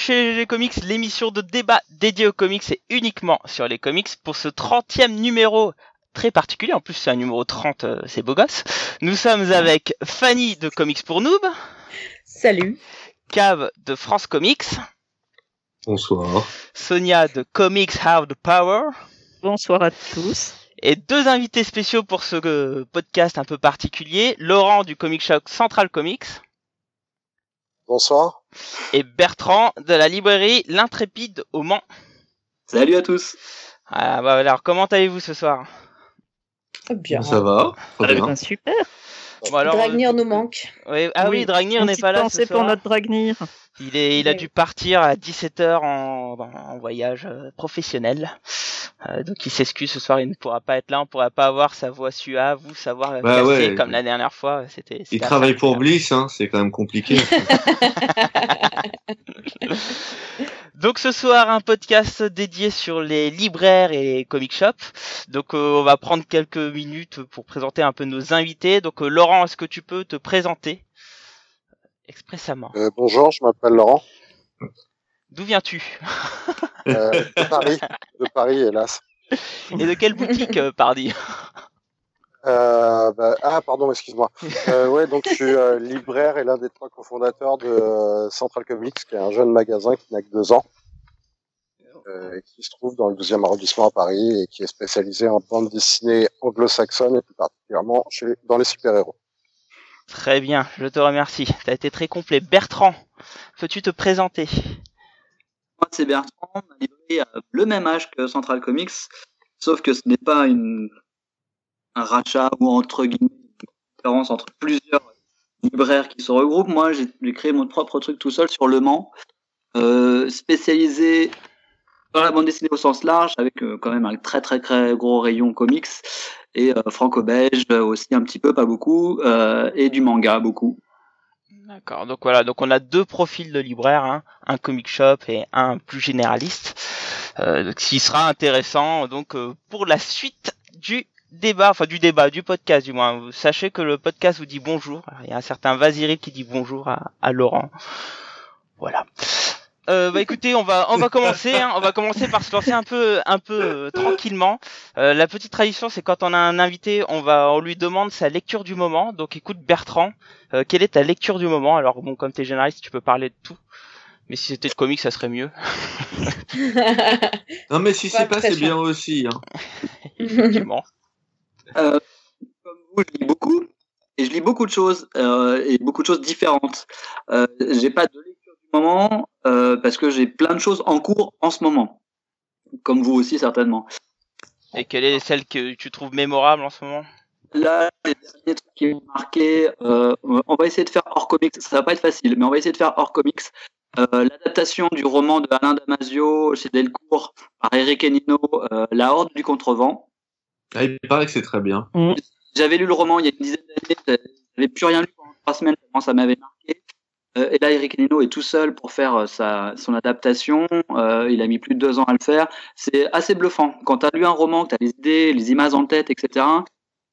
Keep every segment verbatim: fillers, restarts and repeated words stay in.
chez G G Comics, l'émission de débat dédiée aux comics et uniquement sur les comics pour ce trentième numéro très particulier. En plus, c'est un numéro trente, euh, c'est beau gosse. Nous sommes avec Fanny de Comics pour Noob. Salut. Cave de France Comics. Bonsoir. Sonia de Comics Have the Power. Bonsoir à tous. Et deux invités spéciaux pour ce euh, podcast un peu particulier. Laurent du Comic Shop Central Comics. Bonsoir. Et Bertrand de la librairie L'Intrépide au Mans. Salut à tous. Ah, bah, alors, comment allez-vous ce soir ? Bien. Ça va, très bien. Ben, super. Bon, alors, Dragnir nous manque. Oui, ah oui, Oui, Dragnir n'est pas là ce pour soir. notre Dragnir. Il, est, il a Oui. dû partir à dix-sept heures en, en voyage euh, professionnel. Euh, donc il s'excuse ce soir, il ne pourra pas être là, on ne pourra pas avoir sa voix suave ou sa voix Bah cassée ouais. comme la dernière fois. C'était, c'était Il travaille pour incroyable. Bliss, hein, c'est quand même compliqué. Donc ce soir, un podcast dédié sur les libraires et les comic shops. Donc euh, on va prendre quelques minutes pour présenter un peu nos invités. Donc euh, Laurent, est-ce que tu peux te présenter expressément ? Euh, bonjour, je m'appelle Laurent. D'où viens-tu ? Euh, de Paris, de Paris, hélas. Et de quelle boutique, euh, pardi ? Euh, bah, ah, pardon, excuse-moi. Euh, ouais, donc je suis euh, libraire et l'un des trois cofondateurs de euh, Central Comics, qui est un jeune magasin qui n'a que deux ans, euh, et qui se trouve dans le douzième arrondissement à Paris et qui est spécialisé en bande dessinée anglo-saxonne et plus particulièrement chez, dans les super-héros. Très bien, je te remercie. Tu as été très complet. Bertrand, peux-tu te présenter ? Moi, c'est Bertrand. Ma librairie a le même âge que Central Comics, sauf que ce n'est pas une, un rachat ou entre guillemets une différence entre plusieurs libraires qui se regroupent. Moi, j'ai, j'ai créé mon propre truc tout seul sur Le Mans, euh, spécialisé dans la bande dessinée au sens large, avec euh, quand même un très très très gros rayon comics, et euh, franco-belge aussi un petit peu, pas beaucoup, euh, et du manga beaucoup. D'accord, donc voilà, donc on a deux profils de libraires, hein, un comic shop et un plus généraliste, euh, ce qui sera intéressant donc euh, pour la suite du débat, enfin du débat, du podcast du moins. Vous sachez que le podcast vous dit bonjour. Alors, il y a un certain Vaziril qui dit bonjour à, à Laurent. Voilà. Euh, bah écoutez, on va on va commencer, hein, on va commencer par se lancer un peu un peu euh, tranquillement. Euh, la petite tradition, c'est quand on a un invité, on va on lui demande sa lecture du moment. Donc écoute Bertrand, euh, quelle est ta lecture du moment ? Alors bon, comme t'es généraliste, tu peux parler de tout. Mais si c'était de comics, ça serait mieux. Non mais si Pas c'est de pas, c'est pression. bien aussi. Hein. Effectivement. Euh, comme vous, je lis beaucoup, et je lis beaucoup de choses, euh, et beaucoup de choses différentes. Euh, j'ai pas de lecture du moment, euh, parce que j'ai plein de choses en cours en ce moment. Comme vous aussi, certainement. Et quelle est celle que tu trouves mémorable en ce moment ? Là, les derniers trucs qui m'ont marqué, euh, on va essayer de faire hors comics, ça va pas être facile, mais on va essayer de faire hors comics. Euh, l'adaptation du roman de Alain Damasio chez Delcourt par Eric Enino, euh, La Horde du Contrevent. Ah, il paraît que c'est très bien. J'avais lu le roman il y a une dizaine d'années, j'avais plus rien lu pendant trois semaines tellement ça m'avait marqué. Euh, et là, Eric Enino est tout seul pour faire euh, sa, son adaptation. Euh, il a mis plus de deux ans à le faire. C'est assez bluffant. Quand tu as lu un roman, que tu as les idées, les images en tête, et cetera,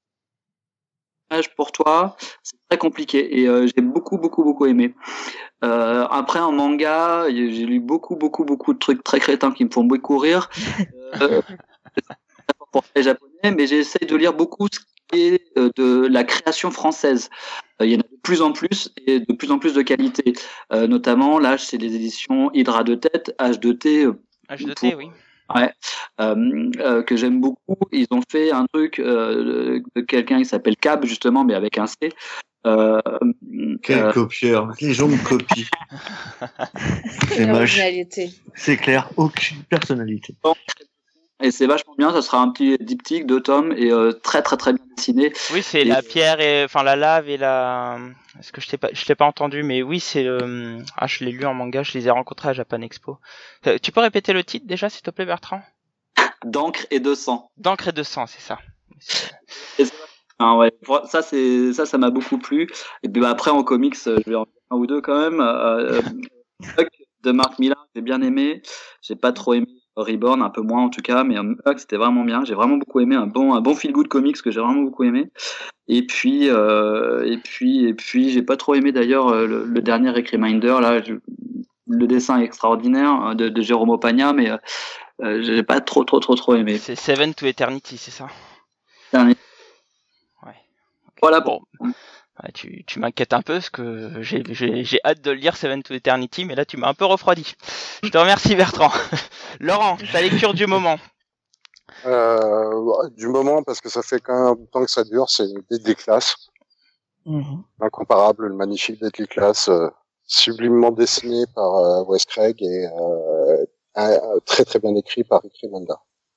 pour toi, c'est très compliqué. Et euh, j'ai beaucoup, beaucoup, beaucoup aimé. Euh, après, en manga, j'ai lu beaucoup, beaucoup, beaucoup de trucs très crétins qui me font beaucoup rire. Euh, pour les japonais, mais j'essaye de lire beaucoup ce qui est euh, de la création française. Euh, il y en a de plus en plus et de plus en plus de qualité. Euh, notamment, là, c'est les éditions Hydra de tête, H deux T. Euh, H deux T, oui. Ouais, euh, euh, que j'aime beaucoup. Ils ont fait un truc euh, de quelqu'un qui s'appelle Cab, justement, mais avec un C. Euh, Quel euh, copieur. Les gens me copient. C'est l'originalité. C'est clair, aucune personnalité. et c'est vachement bien, ça sera un petit diptyque, deux tomes, et euh, très très très bien dessiné. Oui, c'est Et- la pierre et enfin la lave et la. Est-ce que je t'ai pas, je t'ai pas entendu, mais oui, c'est le. Ah, je l'ai lu en manga, je les ai rencontrés à Japan Expo. Euh, tu peux répéter le titre déjà, s'il te plaît, Bertrand ? D'encre et de sang. D'encre et de sang, c'est ça. Et c'est- ah ouais, ça c'est ça ça m'a beaucoup plu. Et puis bah, après en comics, euh, je vais en dire un ou deux quand même. Euh, Huck de Mark Millar, j'ai bien aimé. J'ai pas trop aimé Reborn, un peu moins en tout cas, mais Huck c'était vraiment bien. J'ai vraiment beaucoup aimé un bon un bon feel good comics que j'ai vraiment beaucoup aimé. Et puis euh, et puis et puis j'ai pas trop aimé d'ailleurs euh, le, le dernier Rick Reminder là. Je, le dessin est extraordinaire de, de Jérôme Opeña, mais euh, j'ai pas trop trop trop trop aimé. C'est Seven to Eternity, c'est ça? Dernier. Ouais. Voilà bon. Ouais, tu, tu m'inquiètes un peu parce que j'ai, j'ai, j'ai hâte de le lire Seven to Eternity, mais là tu m'as un peu refroidi. Je te remercie Bertrand. Laurent, ta lecture du moment. Euh, du moment parce que ça fait quand même un temps que ça dure, c'est Deadly Class. Mhm. Incomparable, le magnifique Deadly Class, euh, sublimement dessiné par euh, Wes Craig et euh, un, un, très très bien écrit par Rick Remender.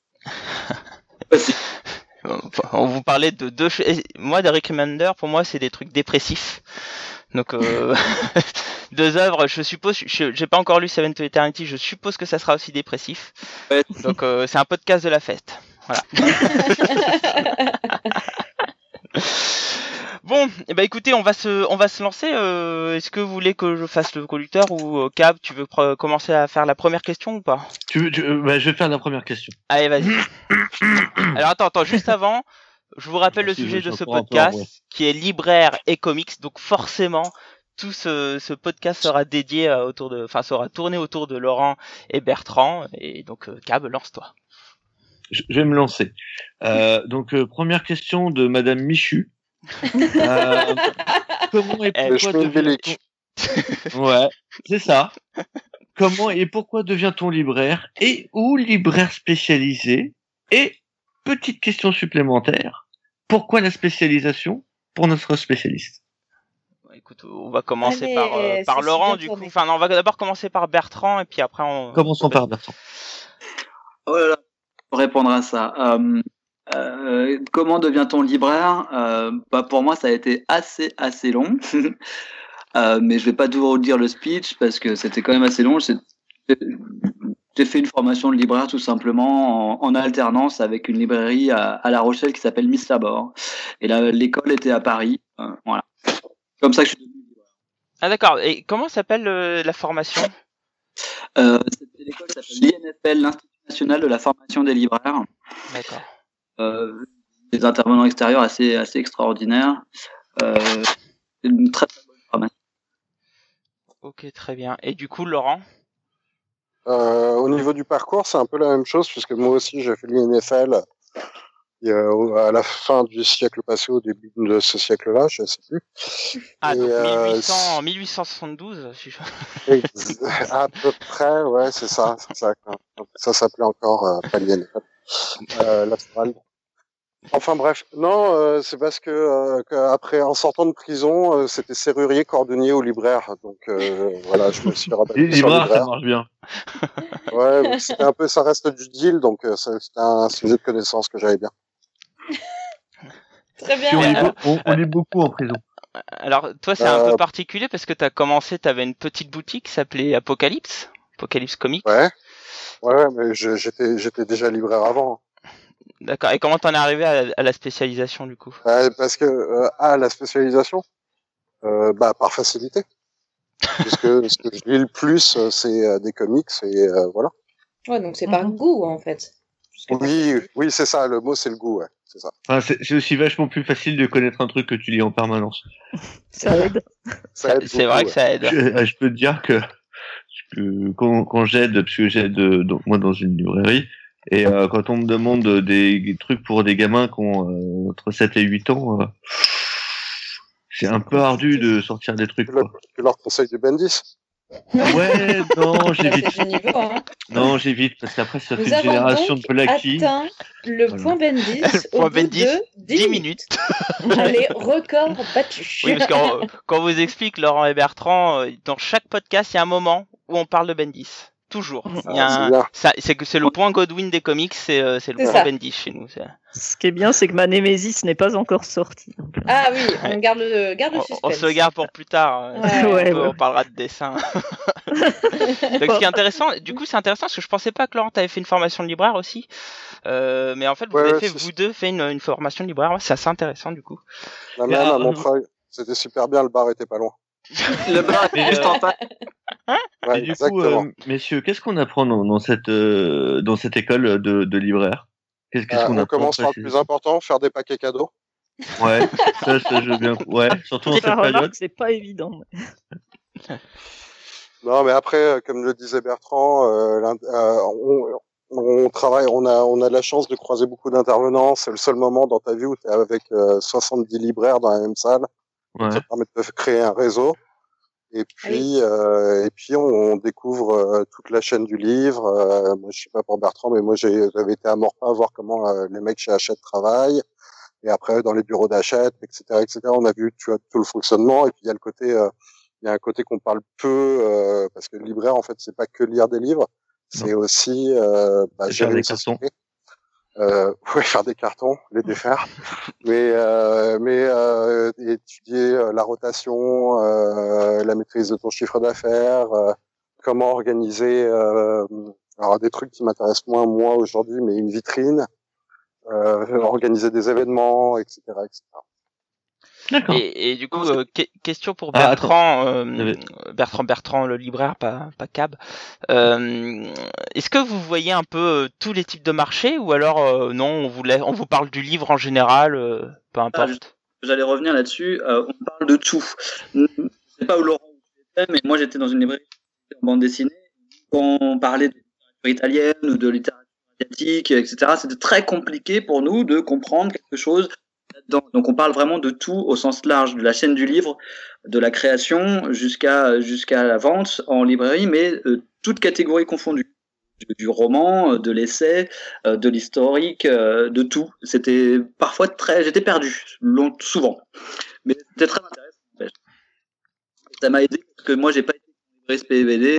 On vous parlait de deux ch- moi de Rick Remender, pour moi c'est des trucs dépressifs. Donc euh... deux œuvres, je suppose, je, j'ai pas encore lu Seven to Eternity, je suppose que ça sera aussi dépressif. Ouais. Donc euh, c'est un podcast de la fête. Voilà. Bon, eh ben écoutez, on va se, on va se lancer. Euh, est-ce que vous voulez que je fasse le conducteur ou euh, Cab, tu veux pr- commencer à faire la première question ou pas? Tu veux, tu, euh, bah, je vais faire la première question. Allez, vas-y. Alors attends, attends, juste avant, je vous rappelle le Si, sujet je de ce comprends podcast, pas, ouais. qui est libraire et comics. Donc forcément, tout ce, ce podcast sera dédié à, autour de, enfin, sera tourné autour de Laurent et Bertrand. Et donc, euh, Cab, lance-toi. Je, je vais me lancer. Euh, donc euh, première question de Madame Michu. Euh, comment et Le pourquoi Schmilblick. devient-on... Ouais, c'est ça. Comment et pourquoi devient-on libraire et ou libraire spécialisé? Et petite question supplémentaire, pourquoi la spécialisation pour notre spécialiste? Écoute, on va commencer Allez, par, euh, par c'est Laurent, super du coup. tourné. Enfin, non, on va d'abord commencer par Bertrand et puis après on. Commençons par Bertrand. Oh là là, pour répondre à ça. Euh, euh, comment devient-on libraire? euh, bah pour moi, ça a été assez assez long, euh, mais je vais pas tout redire le speech parce que c'était quand même assez long. J'ai, j'ai fait une formation de libraire tout simplement en, en alternance avec une librairie à, à La Rochelle qui s'appelle Miss Labor. Et là, l'école était à Paris. Euh, voilà. Comme ça que je suis devenu libraire. Ah d'accord. Et comment s'appelle euh, la formation? Euh, c'était l'école qui s'appelle l'I N F L, l'Institut national de la formation des libraires. D'accord. Euh, des intervenants extérieurs assez assez extraordinaires. Euh, c'est une très très bonne formation. Ok, très bien. Et du coup, Laurent? Euh, au niveau du parcours, c'est un peu la même chose, puisque moi aussi j'ai fait l'I N F L il y a, à la fin du siècle passé, au début de ce siècle-là, je ne sais plus. Ah, Et, donc euh, mille huit cents, mille huit cent soixante-douze, si je... Ex- à peu près, ouais, c'est ça. C'est ça, ça s'appelait encore euh, pas l'I N F L, euh, l'Astral. Enfin bref, non, euh, c'est parce que euh, qu'après, en sortant de prison, euh, c'était serrurier, cordonnier ou libraire. Donc euh, voilà, je me suis rabattu Les sur libraires, ça libraire. marche bien. Ouais, donc c'était un peu, ça reste du deal, donc euh, ça- c'était un sujet de connaissance que j'avais bien. Très Puis on, bien. lit, beau- on, on lit beaucoup en prison. Alors, toi, c'est un Euh, peu particulier parce que t'as commencé, t'avais une petite boutique qui s'appelait Apocalypse, Apocalypse Comics. Ouais, ouais, ouais, mais je- j'étais, j'étais déjà libraire avant. D'accord. Et comment t'en es arrivé à, à la spécialisation, du coup? Euh, parce que euh, ah, la spécialisation, euh, bah par facilité. Puisque ce que je lis le plus, euh, c'est euh, des comics et euh, voilà. Ouais, donc c'est par Mhm. goût, en fait. Plus que par- Oui, oui, c'est ça. Le mot, c'est le goût, ouais, c'est ça. Enfin, c'est, c'est aussi vachement plus facile de connaître un truc que tu lis en permanence. Ça aide. Ça Ça- aide C'est beaucoup, vrai ouais. que ça aide. Je, je peux te dire que, que quand, quand j'aide, parce que j'aide euh, donc, moi dans une librairie, et euh, quand on me demande des, des trucs pour des gamins qui ont euh, entre sept et huit ans, euh, c'est un peu ardu de sortir des trucs, Tu leur, quoi. tu leur conseilles du Bendis. Ouais, non, Bah, j'évite. c'est du niveau, hein. Non, j'évite, parce qu'après ça fait Nous une avons génération donc de Blacky. atteint le Voilà. point Bendis Le au point bout Bendis, de dix, dix minutes. minutes. Allez, record battu. Oui, parce qu'on quand vous explique, Laurent et Bertrand, euh, dans chaque podcast, il y a un moment où on parle de Bendis. Toujours. Il y a Ah, c'est un... bien. ça, c'est que c'est le point Godwin des comics, c'est, euh, c'est le C'est point ça. Bendis chez nous. C'est... Ce qui est bien, c'est que ma Némésis n'est pas encore sortie. donc, euh, Ah oui, on garde le, garde le On, suspense. on se le garde pour plus tard. euh, Ouais, on, ouais, peut- ouais. on parlera de dessin. Donc, ce qui est intéressant, du coup, c'est intéressant parce que je pensais pas que Laurent t'avait fait une formation de libraire aussi. Euh, mais en fait, vous Ouais, avez ouais, fait, c'est- vous deux, fait une, une formation de libraire. Ouais, c'est assez intéressant, du coup. La Mais même alors, à Montreuil. C'était super bien, le bar était pas loin. Le bar Mais, est juste euh, en face. Ouais, Et du exactement. coup, euh, messieurs, qu'est-ce qu'on apprend dans, dans cette euh, dans cette école de, de libraire? Qu'est-ce, qu'est-ce Euh, qu'on on apprend commence par le plus précisément? important, faire des paquets cadeaux. Ouais, ça, ça, je veux bien. Ouais, surtout en ça cette période. remarque, c'est pas évident. Non, mais après, euh, comme le disait Bertrand, euh, l'in- euh, on, on travaille, on a, on a de la chance de croiser beaucoup d'intervenants. C'est le seul moment dans ta vie où tu es avec euh, soixante-dix libraires dans la même salle. Donc, Ouais. ça permet de créer un réseau. Et puis, euh, et puis, on, on découvre euh, toute la chaîne du livre. Euh, moi, je sais pas pour Bertrand, mais moi, j'ai, j'avais été à Morpa voir comment euh, les mecs chez Hachette travaillent. Et après, dans les bureaux d'Hachette, et cetera, et cetera, on a vu, tu vois, tout le fonctionnement. Et puis, il y a le côté, euh, il y a un côté qu'on parle peu, euh, parce que le libraire, en fait, c'est pas que lire des livres, c'est aussi euh, bah, C'est gérer faire des une cartons. société. Euh, ouais, faire des cartons, les défaire, mais euh, mais euh, étudier euh, la rotation, euh, la maîtrise de ton chiffre d'affaires, euh, comment organiser, euh, alors des trucs qui m'intéressent moins moi aujourd'hui, mais une vitrine, euh, organiser des événements, et cetera, et cetera. D'accord. Et, et du coup, euh, que- question pour Ah, Bertrand, euh, avait- Bertrand, Bertrand, le libraire, pas, pas Cab. Euh, est-ce que vous voyez un peu euh, tous les types de marchés ou alors euh, non, on vous, la- on vous parle du livre en général, euh, peu Ah, importe. J'allais revenir là-dessus. Euh, on parle de tout. Je sais pas où Laurent était, mais moi j'étais dans une librairie en bande dessinée. Quand on parlait de littérature italienne ou de littérature asiatique, et cetera, c'était très compliqué pour nous de comprendre quelque chose là-dedans. Donc on parle vraiment de tout au sens large, de la chaîne du livre, de la création jusqu'à jusqu'à la vente en librairie, mais euh, toutes catégories confondues. Du, du roman, de l'essai, euh, de l'historique, euh, de tout. C'était parfois très, j'étais perdu, long, souvent, mais c'était très intéressant. Ça m'a aidé parce que moi j'ai pas été dans les S P V D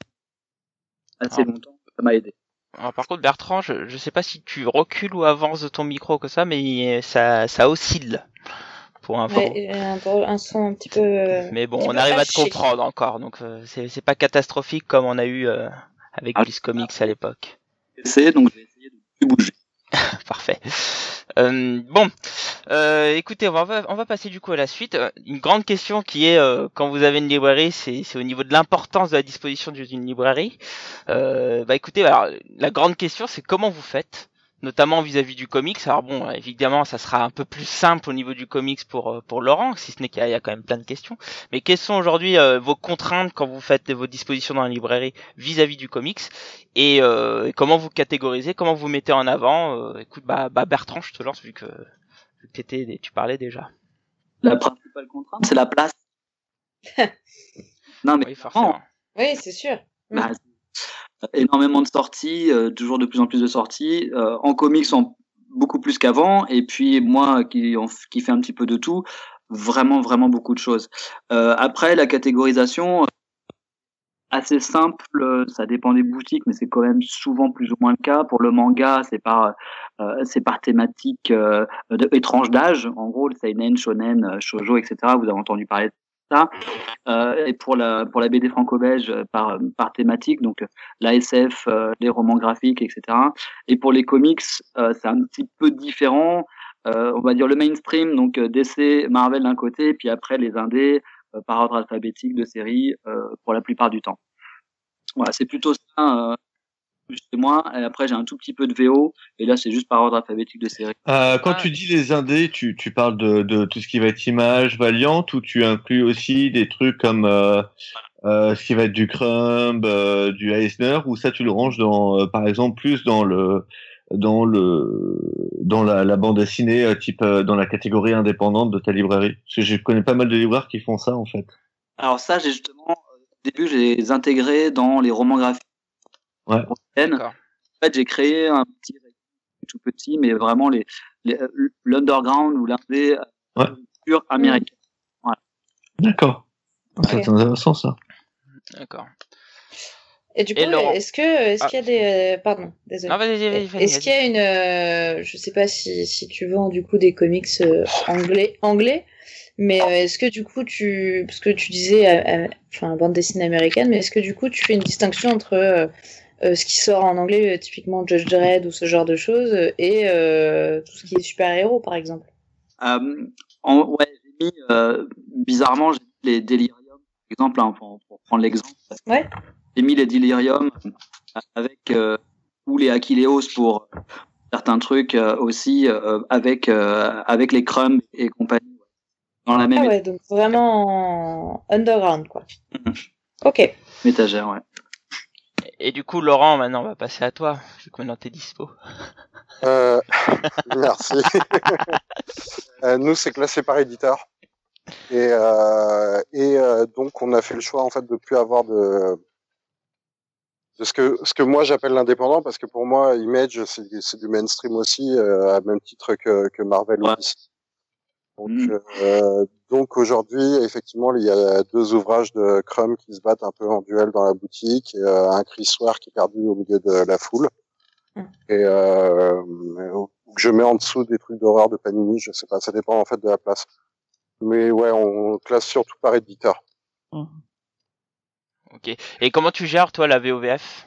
assez Alors, longtemps. Ça m'a aidé. alors, par contre, Bertrand, je, je sais pas si tu recules ou avances de ton micro que ça, mais ça, ça oscille. Pour info. Ouais, un, un son un petit peu. euh, Mais bon, un petit on peu arrive à te haché. comprendre encore, donc euh, c'est c'est pas catastrophique comme on a eu euh, avec Ah, Bliss Comics à l'époque. Essayé, donc j'ai essayé de plus bouger. Parfait. Euh, bon, euh, écoutez, on va on va passer du coup à la suite. Euh, Une grande question qui est euh, quand vous avez une librairie, c'est c'est au niveau de l'importance de la disposition d'une librairie. Euh, bah écoutez, alors la grande question c'est comment vous faites, notamment vis-à-vis du comics. Alors bon, évidemment, ça sera un peu plus simple au niveau du comics pour pour Laurent, si ce n'est qu'il y, y a quand même plein de questions. Mais quelles sont aujourd'hui euh, vos contraintes quand vous faites vos dispositions dans la librairie vis-à-vis du comics et, euh, et comment vous catégorisez, comment vous mettez en avant euh, Écoute, bah, bah Bertrand, je te lance vu que, vu que t'étais, tu parlais déjà. La principale contrainte, c'est la place. Non, mais Oui, forcément. Oui, c'est sûr. bah, énormément de sorties, euh, toujours de plus en plus de sorties, euh, en comics en beaucoup plus qu'avant, et puis moi qui, en, qui fait un petit peu de tout, vraiment vraiment beaucoup de choses. Euh, après la catégorisation, assez simple, ça dépend des boutiques, mais c'est quand même souvent plus ou moins le cas. Pour le manga, c'est par euh, c'est par thématique euh, de, étrange d'âge, en gros, le seinen, shonen, shoujo, et cetera. Vous avez entendu parler de ça. Euh, et pour la pour la B D franco-belge, par par thématique, donc la S F, euh, les romans graphiques, et cetera. Et pour les comics, euh, c'est un petit peu différent. Euh, on va dire le mainstream, donc D C, Marvel d'un côté, puis après les indés euh, par ordre alphabétique de série euh, pour la plupart du temps. Voilà, c'est plutôt ça euh, chez moi. Et après, j'ai un tout petit peu de V O, et là, c'est juste par ordre alphabétique de série. Euh, quand Ah. tu dis les indés, tu, tu parles de, de tout ce qui va être image, Valiant, ou tu inclus aussi des trucs comme euh, euh, ce qui va être du Crumb, euh, du Eisner, ou ça tu le ranges dans, euh, par exemple, plus dans le dans le dans la, la bande dessinée, euh, type euh, dans la catégorie indépendante de ta librairie? Parce que je connais pas mal de libraires qui font ça en fait. Alors ça, j'ai justement, au début, j'ai les intégré dans les romans graphiques. Ouais. D'accord. En fait, j'ai créé un petit tout petit, mais vraiment les, les l'underground ou l'indé Ouais. pur américain. D'accord. Ok. C'est intéressant ça. D'accord. Et du coup, Et Laurent. est-ce que est-ce Ah. qu'il y a des euh, pardon, désolé. Non, vas-y, vas-y, vas-y, Est-ce qu'il y a une euh, je sais pas si si tu vends du coup des comics euh, anglais anglais, mais euh, est-ce que du coup tu parce que tu disais euh, euh, enfin bande dessinée américaine, mais est-ce que du coup tu fais une distinction entre euh, euh, ce qui sort en anglais, euh, typiquement Judge Dredd ou ce genre de choses, euh, et euh, tout ce qui est super-héros par exemple? Euh, en, ouais, j'ai mis euh, bizarrement j'ai mis les Delirium, par exemple, hein, pour, pour prendre l'exemple. Ouais. J'ai mis les Delirium avec euh, ou les Achilleos pour certains trucs euh, aussi euh, avec euh, avec les Crumb et compagnie dans la même. Ah ouais, donc vraiment en underground quoi. Ok. Métagère, ouais. Et du coup, Laurent, maintenant, on va passer à toi, vu que maintenant t'es dispo. Euh, merci. euh, nous, c'est classé par éditeur. Et, euh, et euh, donc, on a fait le choix, en fait, de plus avoir de, de ce que, ce que moi j'appelle l'indépendant, parce que pour moi, Image, c'est, c'est du mainstream aussi, euh, à même titre que, que Marvel Ouais. ou D C. Donc, Mm. euh, donc aujourd'hui, effectivement, il y a deux ouvrages de Crumb qui se battent un peu en duel dans la boutique, et, euh, un Chris Ware qui est perdu au milieu de la foule, Mm. et euh, que je mets en dessous des trucs d'horreur de Panini, je sais pas, ça dépend en fait de la place. Mais ouais, on classe surtout par éditeur. Ok. Et comment tu gères, toi, la V O V F?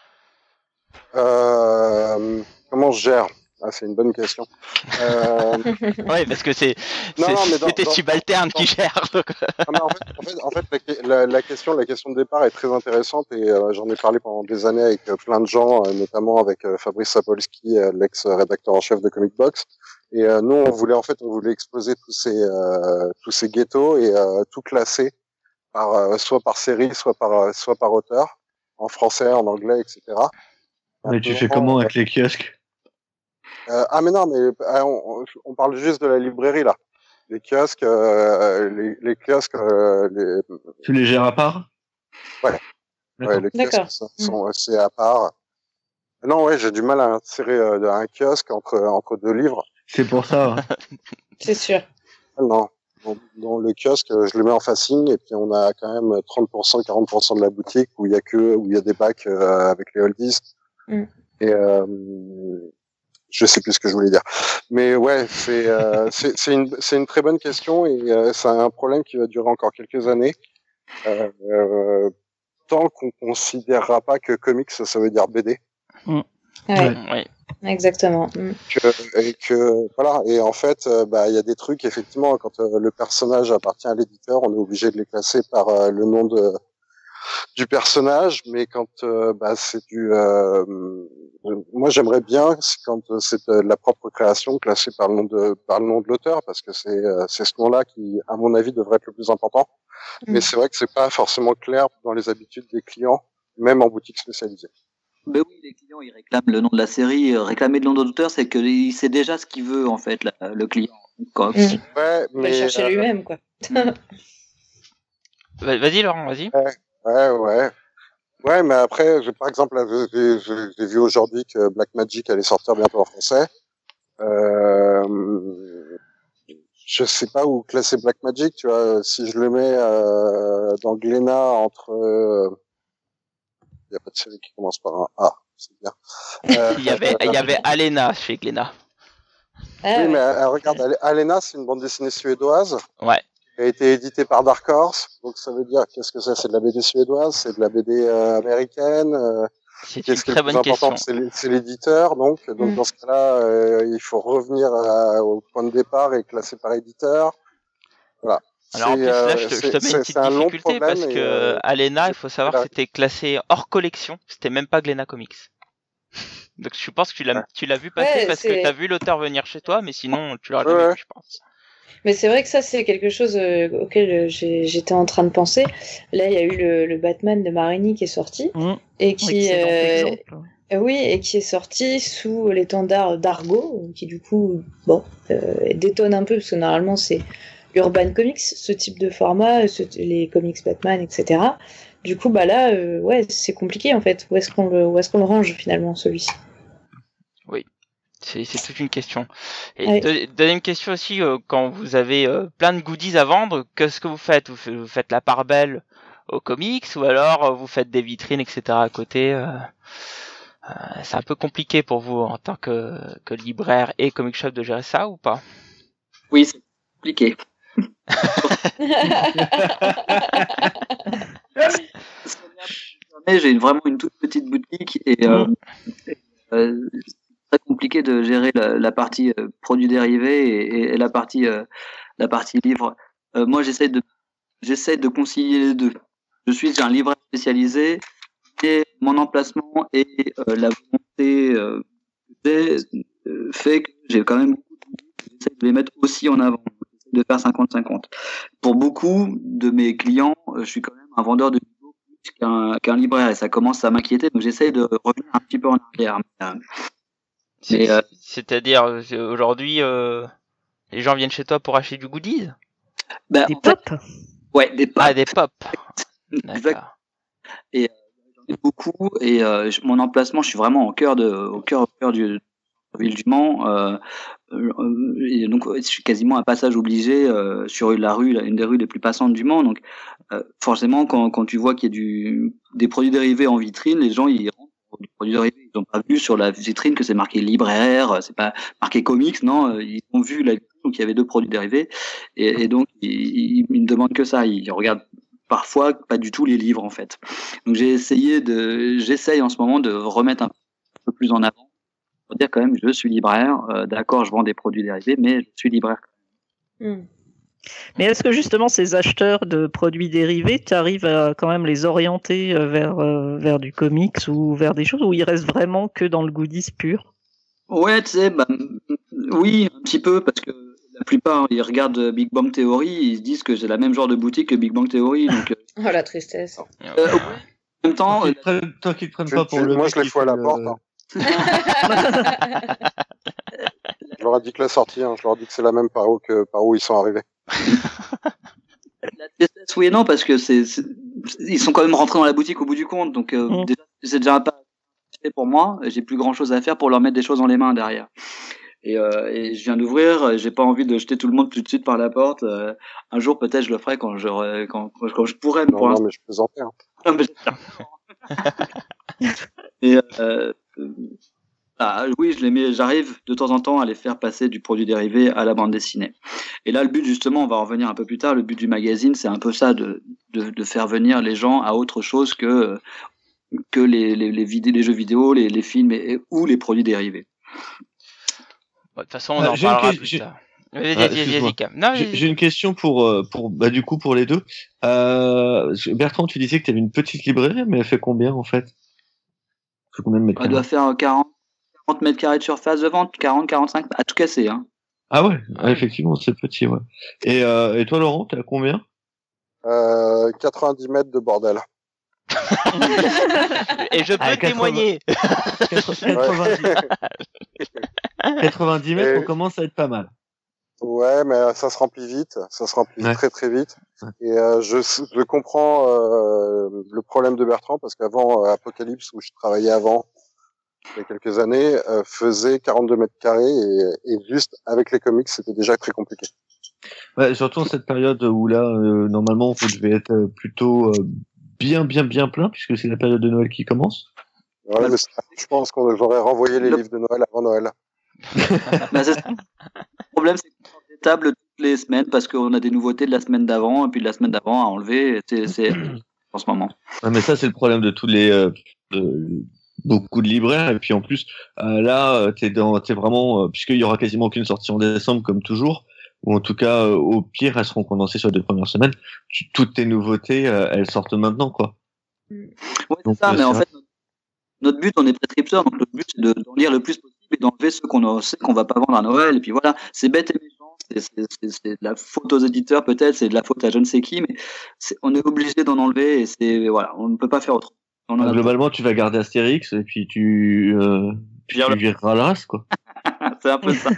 Euh, comment je gère? Ah, c'est une bonne question. Euh, Ouais, parce que c'est Non, c'est non, mais dans- c'est tes dans- subalternes dans- qui gèrent. donc. non, mais en fait, en fait, en fait la, la, la question, la question de départ est très intéressante et euh, j'en ai parlé pendant des années avec euh, plein de gens, euh, notamment avec euh, Fabrice Sapolsky, euh, l'ex-rédacteur en chef de Comic Box. Et euh, nous, on voulait en fait, on voulait exploser tous ces euh, tous ces ghettos et euh, tout classer par euh, soit par série, soit par euh, soit par auteur, en français, en anglais, et cetera. Mais tu fais Maintenant, comment avec les kiosques? Euh, ah mais non, mais euh, on, on parle juste de la librairie là. Les kiosques, euh, les, les kiosques, euh, les, Tu les gères à part? Ouais. D'accord. ouais, les kiosques D'accord. sont, sont c'est à part. Non, ouais, j'ai du mal à insérer euh, un kiosque entre entre deux livres. C'est pour ça. hein. C'est sûr. Non, dans, dans le kiosque, je le mets en facing et puis on a quand même trente pour cent, quarante pour cent de la boutique où il y a que où il y a des bacs euh, avec les oldies. Mm. Et euh, je sais plus ce que je voulais dire. Mais ouais, c'est euh, c'est c'est une c'est une très bonne question et euh, c'est un problème qui va durer encore quelques années. Euh, euh, tant qu'on considérera pas que comics ça veut dire B D. Ouais, Ouais. exactement. Mm. Que, et que voilà. Et en fait, euh, bah il y a des trucs effectivement quand euh, le personnage appartient à l'éditeur, on est obligé de les classer par euh, le nom de du personnage, mais quand euh, bah, c'est du, euh, moi j'aimerais bien c'est quand euh, c'est de la propre création classée par le nom de par le nom de l'auteur, parce que c'est euh, c'est ce nom-là qui, à mon avis, devrait être le plus important. Mm. Mais c'est vrai que c'est pas forcément clair dans les habitudes des clients, même en boutique spécialisée. Ben oui, les clients ils réclament le nom de la série. Euh, Réclamer le nom d'auteur, c'est que il sait déjà ce qu'il veut en fait, la- le client. Quand- Mm. Ouais, Il va le mais chercher euh, lui-même, quoi. Va- Vas-y, Laurent, vas-y. ouais, ouais. Ouais, mais après, je, par exemple, là, j'ai, j'ai- j'ai vu aujourd'hui que Black Magic allait sortir bientôt en français. Euh, je sais pas où classer Black Magic, tu vois. Si je le mets euh, dans Glénat entre, il euh, y a pas de série qui commence par un A, c'est bien. Euh, Il y avait il y avait Alena chez Glénat. Ah, oui, ouais. mais euh, regarde, Alena, c'est une bande dessinée suédoise. Ouais. Qui a été éditée par Dark Horse. Donc ça veut dire qu'est-ce que c'est? C'est de la B D suédoise, c'est de la B D euh, américaine. Euh, C'est une Qu'est-ce qui est très le plus bonne important? question. C'est l'é- c'est l'éditeur, donc. Donc Mm. dans ce cas-là, euh, il faut revenir à- au point de départ et classer par éditeur. Voilà. Alors en C'est, plus là, euh, je te, je c'est- te mets une c'est- petite c'est un long difficulté problème parce et, que euh, Alena, il faut savoir que là- c'était classé hors collection. C'était même pas Glénat Comics. Donc je pense que tu l'as Ouais. tu l'as vu passer Ouais, parce c'est- que t'as vu l'auteur venir chez toi, mais sinon tu l'aurais Ouais, jamais ouais. vu, je pense. Mais c'est vrai que ça, c'est quelque chose euh, auquel euh, j'ai- j'étais en train de penser. Là, il y a eu le, le Batman de Marini qui est sorti. Mmh. Et qui, Excellent euh, exemple. euh, oui, et qui est sorti sous l'étendard d'Argo, qui du coup, bon, euh, détonne un peu, parce que normalement, c'est Urban Comics, ce type de format, ce- les comics Batman, et cetera. Du coup, bah là, euh, ouais, c'est compliqué, en fait. Où est-ce qu'on le, où est-ce qu'on le range, finalement, celui-ci? C'est c'est toute une question. Et Ouais. deux- deuxième question aussi, euh, quand vous avez euh, plein de goodies à vendre, qu'est-ce que vous faites? Vous faites, vous faites la part belle aux comics ou alors euh, vous faites des vitrines, et cetera à côté euh, euh, C'est un peu compliqué pour vous en tant que, que libraire et comic shop de gérer ça ou pas? Oui, c'est compliqué. J'ai une- vraiment une toute petite boutique et euh, euh, c'est très compliqué de gérer la, la partie euh, produits dérivés et, et la partie euh, la partie livre. Euh, moi, j'essaie de j'essaie de concilier les deux. Je suis un libraire spécialisé et mon emplacement et euh, la volonté euh, que j'ai, euh, fait que j'ai quand même beaucoup de livres, j'essaie de les mettre aussi en avant, de faire cinquante cinquante. Pour beaucoup de mes clients, euh, je suis quand même un vendeur de livres qu'un, qu'un libraire et ça commence à m'inquiéter, donc j'essaye de revenir un petit peu en arrière. Mais, C'est- mais, euh, C'est-à-dire, euh, aujourd'hui, euh, les gens viennent chez toi pour acheter du goodies? bah, Des en fait, pop. ouais, des pop, Ah, des pop. exact. D'accord. J'en ai beaucoup et euh, je- mon emplacement, je suis vraiment au cœur de, au cœur, au cœur du, de la ville du Mans. Euh, euh, et donc, je suis quasiment un passage obligé euh, sur la rue, la- une des rues les plus passantes du Mans. Donc, euh, forcément, quand, quand tu vois qu'il y a du, des produits dérivés en vitrine, les gens ils rentrent pour du produit dérivé. Ils n'ont pas vu sur la vitrine que c'est marqué libraire, c'est pas marqué comics, non. euh, Ils ont vu la vitrine, donc il y avait deux produits dérivés et, et donc ils, ils, ils ne demandent que ça. Ils regardent parfois pas du tout les livres en fait. Donc j'ai essayé de, j'essaye en ce moment de remettre un peu plus en avant pour dire quand même je suis libraire. Euh, d'accord, je vends des produits dérivés, mais je suis libraire. Hmm. Mais est-ce que justement ces acheteurs de produits dérivés, tu arrives à quand même les orienter euh, vers, euh, vers du comics ou vers des choses où ils restent vraiment que dans le goodies pur? Ouais, tu sais, bah, oui, un petit peu, parce que la plupart, ils regardent Big Bang Theory, ils se disent que c'est la même genre de boutique que Big Bang Theory. Donc, euh, Oh la tristesse. euh, ouais, en même temps, Tant euh, qu'ils te prennent, tant qu'ils te prennent Tu- pas pour tu- le moi, mec je les qui fous à fait la le- porte. Hein. Je leur ai dit que la sortie, hein, je leur ai dit que c'est la même par où, que, par où ils sont arrivés. la tristesse, oui et non, parce que c'est, c'est- ils sont quand même rentrés dans la boutique au bout du compte. Donc, euh, Mm. déjà, c'est déjà un pas fait pour moi. J'ai plus grand chose à faire pour leur mettre des choses dans les mains derrière. Et, euh, et je viens d'ouvrir, j'ai pas envie de jeter tout le monde tout de suite par la porte. Euh, un jour, peut-être, je le ferai quand je, quand, quand, quand je pourrai. Mais Non, pour non, l'instant, mais je plaisantais. Hein. non, mais j'espère. Et euh, euh, ah, oui, je les mets, j'arrive de temps en temps à les faire passer du produit dérivé à la bande dessinée. Et là, le but, justement, on va en revenir un peu plus tard, le but du magazine, c'est un peu ça, de, de, de faire venir les gens à autre chose que, que les, les, les, vidéos, les jeux vidéo, les, les films et, et- ou les produits dérivés. Bon, de toute façon, on Ah, en j'ai une parlera que- plus j'ai- tard. Vas-y, Ah, vas-y, vas-y, excuse-moi. vas-y, Cam. Non, J'ai vas-y. j'ai une question pour, euh, pour bah, du coup, pour les deux. Euh, Bertrand, tu disais que tu avais une petite librairie, mais elle fait combien en fait? Elle fait combien de mètres Elle doit carrés? faire quarante, quarante mètres carrés de surface de vente, quarante, quarante-cinq, à tout casser. Hein. Ah ouais, Ah ah, oui. effectivement, c'est petit, ouais. Et, euh, et toi, Laurent, t'es à combien? Euh, quatre-vingt-dix mètres de bordel. Et je peux Ah, quatre-vingts. témoigner. quatre-vingt-dix, quatre-vingt-dix mètres, Et- on commence à être pas mal. Ouais, mais ça se remplit vite, ça se remplit Ouais. très très vite. Ouais. Et euh, je, je comprends euh, le problème de Bertrand parce qu'avant euh, Apocalypse où je travaillais avant il y a quelques années euh, faisait quarante-deux mètres carrés et, et juste avec les comics c'était déjà très compliqué. Ouais, surtout en cette période où là, euh, normalement, vous devez être euh, plutôt euh, bien, bien, bien plein, puisque c'est la période de Noël qui commence. Ouais, mais ça, je pense qu'on devrait renvoyer les Le- livres de Noël avant Noël. Bah, c'est ça. Le problème, c'est qu'on sort des tables toutes les semaines parce qu'on a des nouveautés de la semaine d'avant et puis de la semaine d'avant à enlever. C'est, c'est en ce moment. Ouais, mais ça, c'est le problème de tous les euh, de beaucoup de libraires. Et puis en plus, euh, là, euh, t'es dans, t'es vraiment, euh, puisqu'il y aura quasiment aucune sortie en décembre, comme toujours, ou en tout cas, euh, au pire, elles seront condensées sur les deux premières semaines. Tu- toutes tes nouveautés, euh, elles sortent maintenant, quoi. Oui, c'est Donc, ça, euh, mais c'est en un- fait, notre but, on est prescripteur, donc notre but, c'est de, d'en lire le plus possible et d'enlever ceux qu'on a- sait qu'on va pas vendre à Noël. Et puis voilà, c'est bête et méchant, c'est, c'est, c'est, c'est de la faute aux éditeurs peut-être, c'est de la faute à je ne sais qui, mais c'est, on est obligé d'en enlever et c'est, voilà, on ne peut pas faire autre. On en Ah, a globalement, tu vas garder Astérix et puis tu, euh, puis Vire tu le- vireras la race, quoi. c'est un peu ça.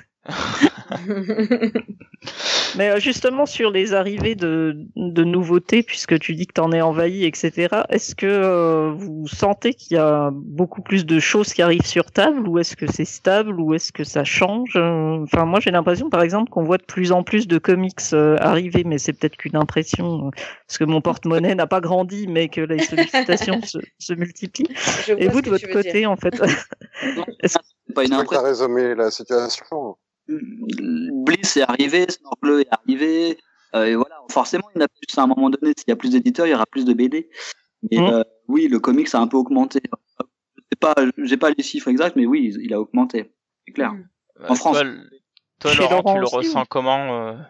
Mais euh, justement sur les arrivées de, de nouveautés, puisque tu dis que t'en es envahi, et cetera, est-ce que euh, vous sentez qu'il y a beaucoup plus de choses qui arrivent sur table, ou est-ce que c'est stable, ou est-ce que ça change? Euh, Enfin, moi j'ai l'impression par exemple qu'on voit de plus en plus de comics euh, arriver, mais c'est peut-être qu'une impression, euh, parce que mon porte-monnaie n'a pas grandi, mais que les sollicitations se, se multiplient. Je vois Et vous ce de que votre tu veux côté, dire. en fait, Non, Est-ce- c'est pas une Je crois que t'as impression. résumé la situation. Bliss est arrivé, Snorkel est arrivé, euh, et voilà, forcément, il y en a plus à un moment donné. S'il y a plus d'éditeurs, il y aura plus de B D. Mais Mm. euh, oui, le comics a un peu augmenté. Je sais pas, j'ai pas les chiffres exacts, mais oui, il a augmenté, c'est clair. Mm. En France. Toi, toi, Chez Laurent, Laurent tu le aussi, ressens ou- comment euh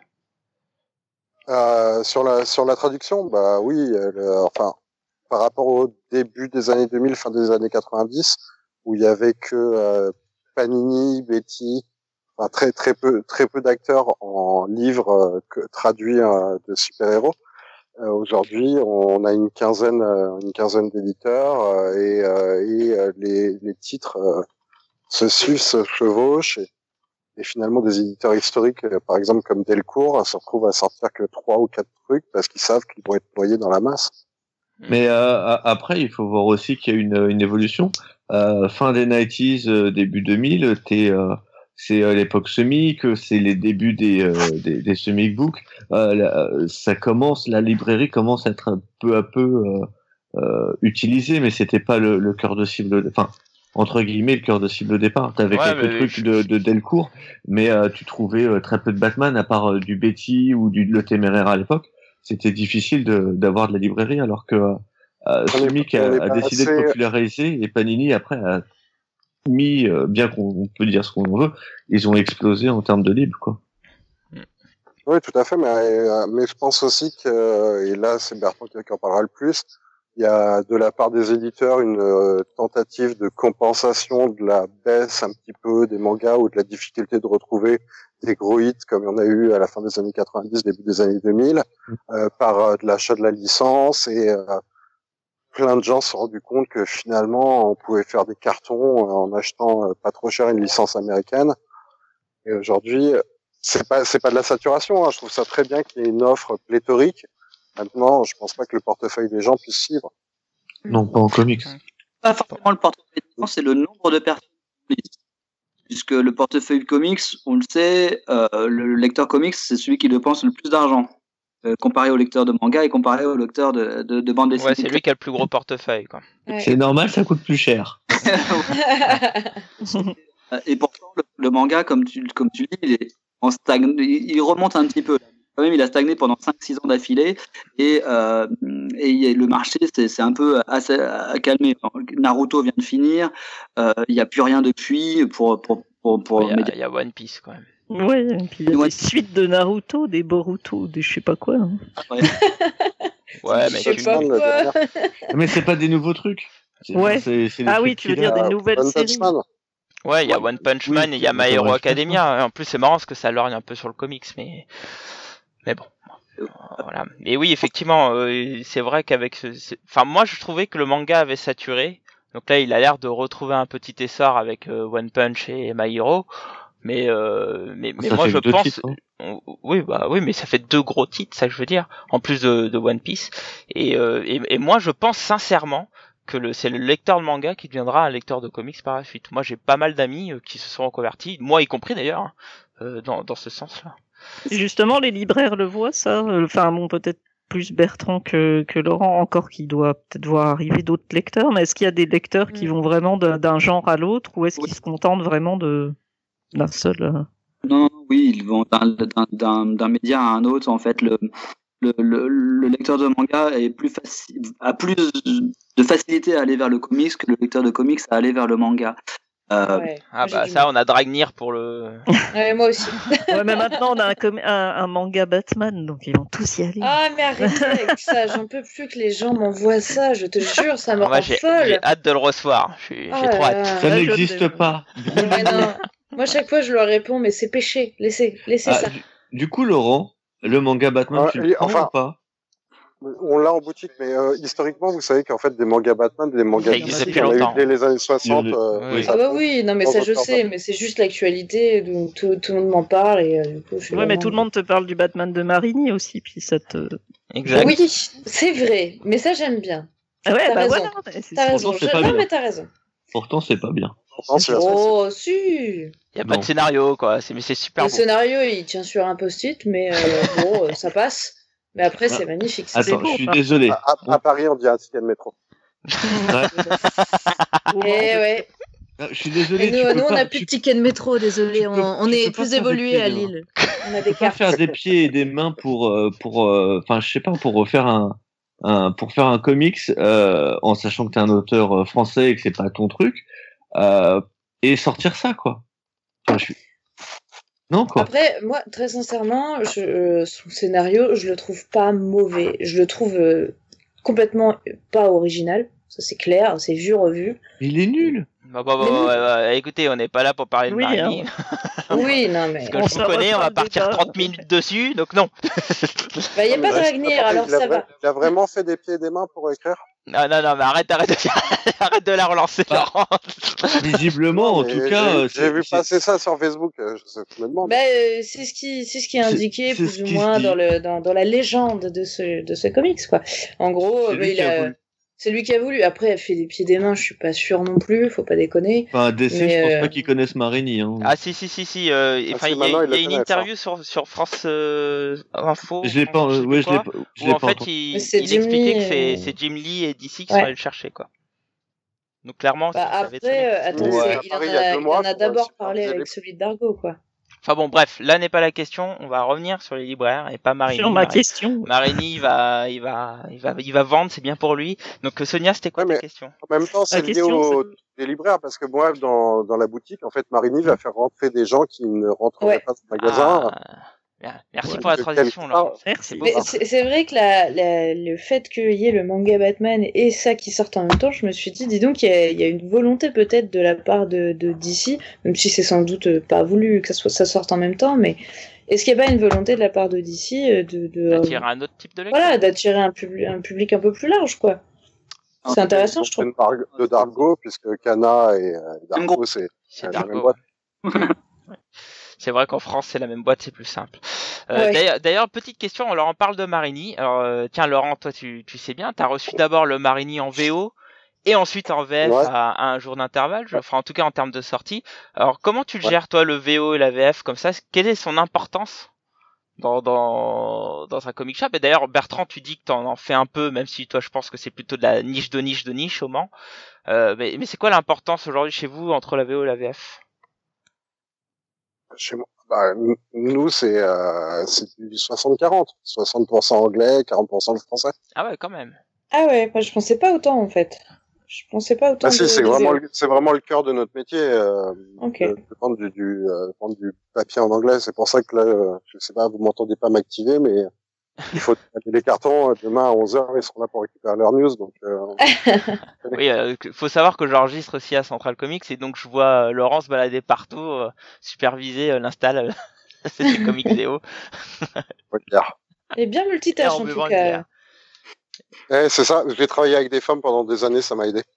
Euh, sur la sur la traduction, bah oui, euh, le- enfin par rapport au début des années deux mille, fin des années quatre-vingt-dix, où il y avait que euh, Panini, Betty, enfin très très peu très peu d'acteurs en livres euh, que- traduits euh, de super-héros. Euh, aujourd'hui, on a une quinzaine, euh, une quinzaine d'éditeurs euh, et, euh, et euh, les, les titres euh, se suivent, se chevauchent. Et, et finalement, des éditeurs historiques, euh, par exemple comme Delcourt, se retrouvent à sortir que trois ou quatre trucs parce qu'ils savent qu'ils vont être noyés dans la masse. Mais euh, après, il faut voir aussi qu'il y a une, une évolution. Euh, fin des nineties, euh, début deux mille, t'es, euh, c'est euh, l'époque Semic, c'est les débuts des, euh, des, des Semic Books. Euh, là, ça commence, la librairie commence à être peu à peu euh, euh, utilisée, mais c'était pas le, le cœur de cible. Enfin, entre guillemets, le cœur de cible au départ. T'avais Ouais, quelques mais trucs je- de, de Delcourt, mais euh, tu trouvais euh, très peu de Batman, à part euh, du Betty ou du Le Téméraire à l'époque. C'était difficile de, d'avoir de la librairie, alors que euh, On est- Semic on a, est a pas décidé de assez- populariser, et Panini après a mis, euh, bien qu'on on peut dire ce qu'on veut, ils ont explosé en termes de livres, quoi. Oui, tout à fait, mais, euh, mais je pense aussi que, et là c'est Bertrand qui qui en parlera le plus, il y a de la part des éditeurs une euh, tentative de compensation de la baisse un petit peu des mangas ou de la difficulté de retrouver des gros hits comme il y en a eu à la fin des années quatre-vingt-dix, début des années deux mille, euh, par euh, de l'achat de la licence et euh, plein de gens se sont rendus compte que finalement on pouvait faire des cartons euh, en achetant euh, pas trop cher une licence américaine. Et aujourd'hui, c'est pas c'est pas de la saturation. Hein. Je trouve ça très bien qu'il y ait une offre pléthorique. Maintenant, je pense pas que le portefeuille des gens puisse suivre. Non, pas en comics. Pas forcément le portefeuille des gens, c'est le nombre de personnes qui lisent. Puisque le portefeuille comics, on le sait, euh, le lecteur comics, c'est celui qui dépense le plus d'argent, euh, comparé au lecteur de manga et comparé au lecteur de, de, de bande dessinée. Ouais, c'est lui qui a le plus gros portefeuille, quoi. Ouais. C'est normal, ça coûte plus cher. Et pourtant, le, le manga, comme tu, comme tu dis, il, est en stagne, il, il remonte un petit peu. Quand même, il a stagné pendant cinq six ans d'affilée et, euh, et le marché c'est un peu assez à calmer. Naruto vient de finir, euh, il n'y a plus rien depuis pour pour pour, pour Il y, a- Media- il y a One Piece, quand même. Ouais, et puis il y a Ouais. des suites de Naruto, des Boruto, des je sais pas quoi. hein. Ouais. Ouais, Je mais sais tu... pas Batman, le quoi. dernier. Mais c'est pas des nouveaux trucs. C'est- Ouais. c'est- c'est des Ah trucs oui, tu veux qu'il dire a. des nouvelles One séries. Punch Man. Ouais, il y a Ouais. One Punch Oui, Man et il y a c'est- My c'est Hero vrai, Academia. En plus, c'est marrant parce que ça lorgne un peu sur le comics, mais mais bon. Euh, Voilà. Et oui, effectivement, euh, c'est vrai qu'avec ce... ce- Enfin, moi, je trouvais que le manga avait saturé. Donc là, il a l'air de retrouver un petit essor avec euh, One Punch et My Hero. Mais euh, mais, mais Ça moi, fait je que deux pense... titres, hein. on- Oui, bah oui, mais ça fait deux gros titres, ça que je veux dire, en plus de, de One Piece. Et, euh, et, et moi, je pense sincèrement que le, c'est le lecteur de manga qui deviendra un lecteur de comics par la suite. Moi, j'ai pas mal d'amis euh, qui se sont reconvertis, moi y compris d'ailleurs, hein, euh, dans, dans ce sens-là. Et justement, les libraires le voient, ça. euh, Enfin, bon, peut-être plus Bertrand que, que Laurent, encore, qui doit peut-être voir arriver d'autres lecteurs. Mais est-ce qu'il y a des lecteurs qui Mm. vont vraiment d'un d'un genre à l'autre, ou est-ce Oui. qu'ils se contentent vraiment de d'un seul euh, Non, non, oui, ils vont d'un d'un d'un d'un média à un autre. En fait, le le, le, le lecteur de manga est plus facile, a plus de facilité à aller vers le comics que le lecteur de comics à aller vers le manga. Euh, Ouais. Ah Moi, j'ai bah du ça, mal. on a Dragnir pour le... Ouais, moi aussi. Ouais, mais maintenant, on a un, com- un, un manga Batman, donc ils vont tous y aller. Ah, mais arrêtez avec ça. J'en peux plus que les gens m'envoient ça. Je te jure, ça me Moi, rend j'ai folle. j'ai hâte de le recevoir. Je suis- Oh J'ai trop là hâte. là. Ça Ouais, je n'existe l'ai- pas. Ouais, non. Moi, chaque fois, je leur réponds, mais c'est péché. Laissez, laissez Ah, ça. du, du coup, Laurent, le manga Batman, Ouais, tu le et prends enfin- ou pas? On l'a en boutique, mais euh, historiquement, vous savez qu'en fait, des mangas Batman, des mangas Ça existe D C, depuis il y en a eu longtemps. dès les années soixante. Oui, euh, oui. ça Ah bah tombe. oui, non mais Dans ça je votre sais, mais c'est juste l'actualité, donc tout, tout le monde m'en parle et euh, du coup je suis Ouais, mais vraiment- tout le monde te parle du Batman de Marigny aussi, puis ça te... Exact. Oui, c'est vrai, mais ça j'aime bien. Ah ouais, T'as bah raison. voilà. mais c'est T'as ça. raison, c'est je- pas non bien. mais t'as raison. Pourtant, c'est pas bien. Pourtant, c'est la série. Oh si. Il y a pas Non. de scénario, quoi. C'est mais c'est super Le beau. scénario il tient sur un post-it, mais euh, bon, euh, ça passe. Mais après c'est Ah. magnifique. c'est Attends, beau, je suis ça. désolé. À, à- à Paris, on dit un ticket de métro. Eh ouais. Ah, Je suis désolé. Et tu nous, peux nous on pas- n'a tu- plus de ticket de métro, désolé. tu On, peux- on tu est peux pas plus faire des évolué pieds, à là. Lille. On a des Tu peux pas cartes. faire des pieds et des mains pour euh, pour euh, enfin je sais pas pour refaire un, un pour faire un comics euh, en sachant que t'es un auteur euh, français et que c'est pas ton truc euh, et sortir ça quoi. Enfin, je suis... Non quoi. Après, moi, très sincèrement, je, euh, son scénario, je le trouve pas mauvais. Je le trouve euh, complètement pas original. Ça, c'est clair. C'est vu, revu. Il est nul. Bah, bah, bah, Mais nous- ouais, ouais, écoutez, on n'est pas là pour parler de Oui, Marini. Oui, non, mais. Parce que On je se vous connais, on va refera le partir débat. trente minutes dessus, donc non. Bah, y a Non, pas mais- Dragnir, Attendez, alors il a ça vra- va. Il a vraiment fait des pieds et des mains pour écrire. Non, non, non, mais arrête, arrête, de- arrête de la relancer, Bah, Laurent. Visiblement, en Mais tout j'ai- cas, euh, j'ai c'est- vu c'est- passer ça sur Facebook. euh, Je, je me demande. Bah, euh, c'est ce qui, c'est ce qui est C'est- indiqué c'est plus ce ou qui se moins dit. dans le, dans, dans la légende de ce, de ce comics, quoi. En gros, C'est bah, lui il qui a a, voulu. c'est lui qui a voulu. Après, elle fait des pieds des mains, je suis pas sûre non plus, faut pas déconner. Enfin, D C, Mais, je pense euh, pas qu'ils connaissent Marini. Hein. Ah si si si si. Euh, Ah, enfin, si, il y a, maintenant, ils il y a le une connaissent, interview sur sur France euh, Info. Je l'ai pas, France, je sais ouais, plus je l'ai quoi, pas, je où l'ai en pas fait entendu. il, Mais c'est il Jim expliquait Lee, que c'est euh, c'est Jim Lee et D C qui Ouais. sont allés le chercher quoi. Donc clairement, Bah, ça avait étonné. après, euh, attendez, Ouais. c'est- il en Paris, a, il y a deux il en mois a pour, d'abord euh, parlé superviser avec les- celui d'Argo, quoi. Enfin bon, bref, là n'est pas la question. On va revenir sur les libraires et pas Marini. Sur ma Marini, question. Marini, il va, il va, il va, il va vendre, c'est bien pour lui. Donc Sonia, c'était quoi Ouais, ta mais- question? En même temps, c'est La lié question, aux c'est- des libraires parce que moi, dans, dans la boutique, en fait, Marini va faire rentrer des gens qui ne rentreraient Ouais. pas dans le magasin. Ah, bien. Merci Ouais, pour la que transition, quelque Laurent. part- Merci. C'est Mais beau. c'est c'est vrai que la, la- le fait qu'il y ait le manga Batman et ça qui sortent en même temps, je me suis dit, dis donc, il y a, il y a une volonté peut-être de la part de, de D C, même si c'est sans doute euh, pas voulu que ça, soit, ça sorte en même temps, mais est-ce qu'il n'y a pas une volonté de la part de D C euh, de, de, euh, Attirer un autre type de lecteur. voilà, d'attirer un, publi- un public un peu plus large, quoi. Ah, C'est intéressant, je trouve. De Dar- de Dargo, puisque Kana et euh, Même Dargo, groupe. c'est C'est la Dargo. même boîte. Ouais. C'est vrai qu'en France, c'est la même boîte, c'est plus simple. Euh, Ouais. d'ailleurs- D'ailleurs, petite question, on leur en parle de Marini. Alors, euh, tiens, Laurent, toi, tu, tu sais bien, t'as reçu d'abord le Marini en V O et ensuite en V F Ouais. à, à un jour d'intervalle, je- enfin, en tout cas en termes de sortie. Alors, comment tu le Ouais. gères, toi, le V O et la V F comme ça? Quelle est son importance dans, dans, dans un comic shop? Et d'ailleurs, Bertrand, tu dis que t'en en fais un peu, même si toi, je pense que c'est plutôt de la niche de niche de niche au Mans. Euh, mais mais c'est quoi l'importance aujourd'hui chez vous entre la V O et la V F? Chez moi, bah, n- nous, c'est euh, c'est du soixante quarante. soixante pour cent anglais, quarante pour cent le français. Ah ouais, quand même. Ah ouais, moi je pensais pas autant, en fait. Je pensais pas autant Ah si, de, c'est de vraiment, V O. le- c'est vraiment le cœur de notre métier, euh, Ok. de, de vendre du, du, euh, vendre du papier en anglais. C'est pour ça que là, euh, je sais pas, vous m'entendez pas m'activer, mais il faut taper les cartons. Demain à onze heures, ils seront là pour récupérer leur news. Donc, euh, Oui, euh, que- faut savoir que j'enregistre aussi à Central Comics et donc je vois euh, Laurent se balader partout, euh, superviser euh, l'install euh, c'est des comics V O. faut le dire. Et bien Et multitâche, en en buvant tout une cas. bière. Eh, c'est ça. J'ai travaillé avec des femmes pendant des années, ça m'a aidé.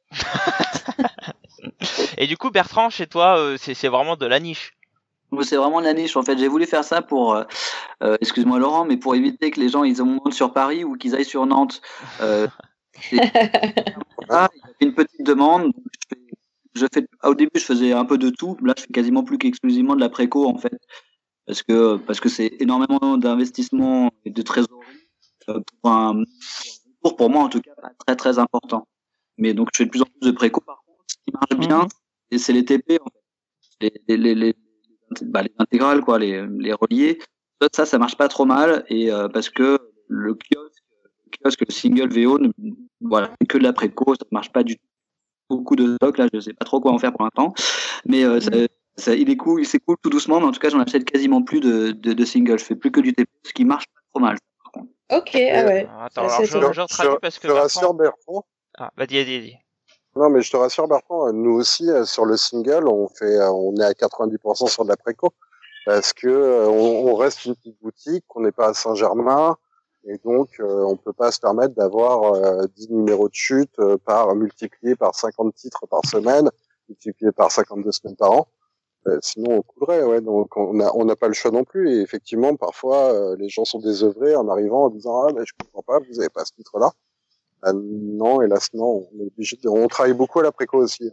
Et du coup, Bertrand, chez toi, euh, c'est c'est vraiment de la niche. Moi, c'est vraiment de la niche. En fait, j'ai voulu faire ça pour, euh, euh, excuse-moi Laurent, mais pour éviter que les gens ils montent sur Paris ou qu'ils aillent sur Nantes. Euh, et- Ah, il y avait une petite demande. Donc je fais, je fais, au début, je faisais un peu de tout. Là, je fais quasiment plus qu'exclusivement de la préco en fait, parce que parce que c'est énormément d'investissement et de trésorerie euh, pour un pour, pour moi en tout cas pas très très important. Mais donc je fais de plus en plus de préco. Par contre, ce qui marche bien, Mhm. et c'est les T P en fait, les les les, les, bah, les intégrales quoi, les les reliés. Ça, ça, ça marche pas trop mal et euh, parce que le kiosque, le kiosque, le single V O, ne- voilà, c'est que de la préco, ça marche pas du tout. Beaucoup de stock là, je sais pas trop quoi en faire pour l'instant, mais euh, ça, ça, il est cool, il s'écoule tout doucement, mais en tout cas, j'en achète quasiment plus de de, de singles. Je fais plus que du T P, ce qui marche pas trop mal. Par contre. Ok, ah ouais. Alors, attends, Ça, alors c'est je, étonnant. je traduis parce que je te rassure, Bertrand... Bertrand. Ah, bah dis, dis, dis. Non, mais je te rassure, Bertrand, nous aussi, euh, sur le single, on fait, euh, on est à quatre-vingt-dix pour cent sur de la préco. Parce que euh, on, on reste une petite boutique, on n'est pas à Saint-Germain, et donc euh, on peut pas se permettre d'avoir euh, dix numéros de chute euh, par multiplié par cinquante titres par semaine, multiplié par cinquante-deux semaines par an. Euh, sinon on coulerait, ouais. Donc on a on n'a pas le choix non plus. Et effectivement, parfois euh, les gens sont désœuvrés en arrivant en disant ah mais je comprends pas, vous avez pas ce titre-là. Ah, non, hélas non. On est obligé de... on travaille beaucoup à la préco aussi.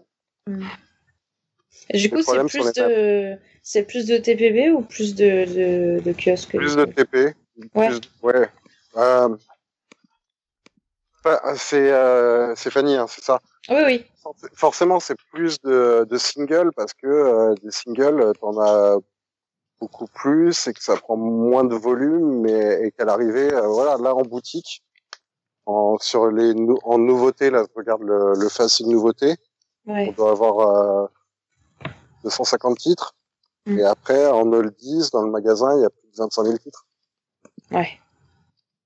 Et du Les coup, c'est problèmes plus sont les de, c'est plus de T P B ou plus de, de, de kiosques? Plus de T P. Ouais. Plus de- ouais. Euh, bah, c'est euh, c'est Fanny, hein, c'est ça. Oui, oui. Forcément, c'est plus de, de singles parce que euh, des singles, t'en as beaucoup plus et que ça prend moins de volume, mais et qu'à l'arrivée, euh, voilà, là en boutique, en sur les nou- en nouveautés, là, je regarde le, le facile nouveauté, on Ouais. doit avoir euh, deux cent cinquante titres. Mm. Et après, en oldies, dans le magasin, il y a plus de vingt-cinq mille titres. Ouais.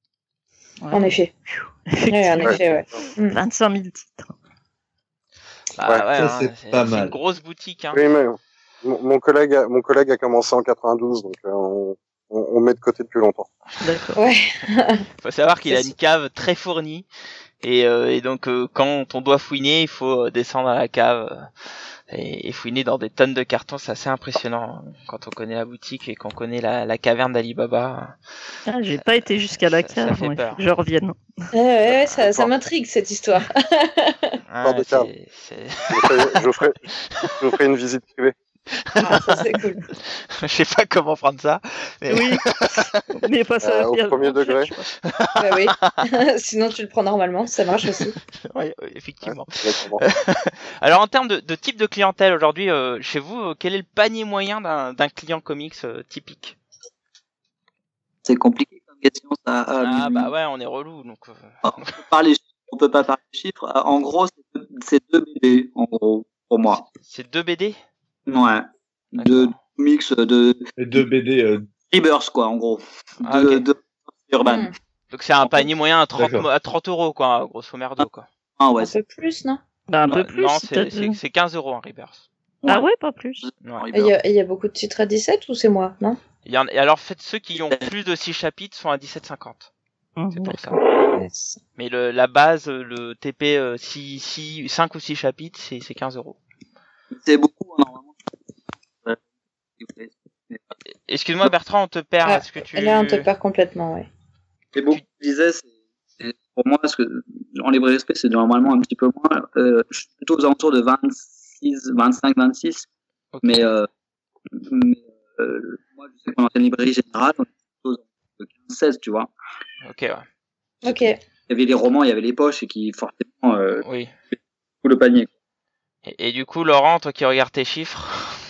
Ouais. En effet. Ouais, en Effectivement. effet, ouais. Mm. vingt-cinq mille titres. Bah Ouais, ouais, ça, hein, c'est c'est pas c'est mal. une grosse boutique. Hein. Oui, mais mon, mon collègue, a, mon collègue a commencé en quatre-vingt-douze, donc euh, on, on, on met de côté depuis longtemps. D'accord. Ouais. Faut savoir qu'il C'est a une cave très fournie et, euh, et donc euh, quand on doit fouiner, il faut descendre à la cave euh, et, et fouiner dans des tonnes de cartons. C'est assez impressionnant quand on connaît la boutique et qu'on connaît la, la caverne d'Alibaba. Ah, j'ai pas été jusqu'à la ça- ça cave, fait ouais, peur. faut que je revienne. Ouais, ouais, ouais, ça, ça m'intrigue cette histoire. Ah, de cave. c'est, c'est... Je vous ferai, je vous ferai, je vous ferai une visite privée. Ah, ça c'est cool. Je sais pas comment prendre ça. Mais... Oui, mais pas ça. Euh, au premier degré. Bah oui. Sinon tu le prends normalement, ça marche aussi. ouais, effectivement. Ouais, exactement. Alors en termes de, de type de clientèle aujourd'hui, euh, chez vous, euh, quel est le panier moyen d'un, d'un client comics euh, typique? C'est compliqué comme question, ça. Euh, Ah bah ouais, on est relou donc. Euh... on peut parler, on peut pas parler de chiffres. Euh, En gros, c'est deux, c'est deux B D, en gros, pour moi. C'est deux B D? Ouais. Deux mix de Les deux B D. Euh... Rebirth, quoi, en gros. Ah, de, ok. de Urban. Hmm. Donc c'est un panier moyen à trente, D'accord. à trente euros quoi, grosso merdo quoi. Ah ouais, Un c'est peu plus, non? Bah, un non, peu plus. non, si c'est, t'as c'est, deux. c'est quinze euros un Rebirth. Ah ouais, pas plus. Ouais. Rebirth. Il y, a, il y a beaucoup de titres à dix-sept ou c'est moi, non? Il y en, et alors faites ceux qui ont plus de six chapitres sont à dix-sept cinquante. C'est Mhm. pour ça. Yes. Mais le, la base, le T P euh, six, six, cinq ou six chapitres, c'est, c'est quinze euros. C'est beaucoup, hein, normalement. Ouais. Excuse-moi Bertrand, on te perd. Ah, Est-ce que tu... Là on te perd complètement, ouais. Et bon, je disais, c'est, c'est- pour moi, parce que en librairie spé, c'est normalement un petit peu moins. Euh, je suis plutôt aux alentours de vingt-six, vingt-cinq, vingt-six. Ok. Mais, euh, mais euh, moi, je sais que mon ancienne librairie générale, on est plutôt aux alentours de quinze, seize, tu vois. Ok, ouais. Ok. Il y avait les romans, il y avait les poches, et qui forcément euh, Oui. tout le panier. Et, et du coup, Laurent, toi qui regardes tes chiffres,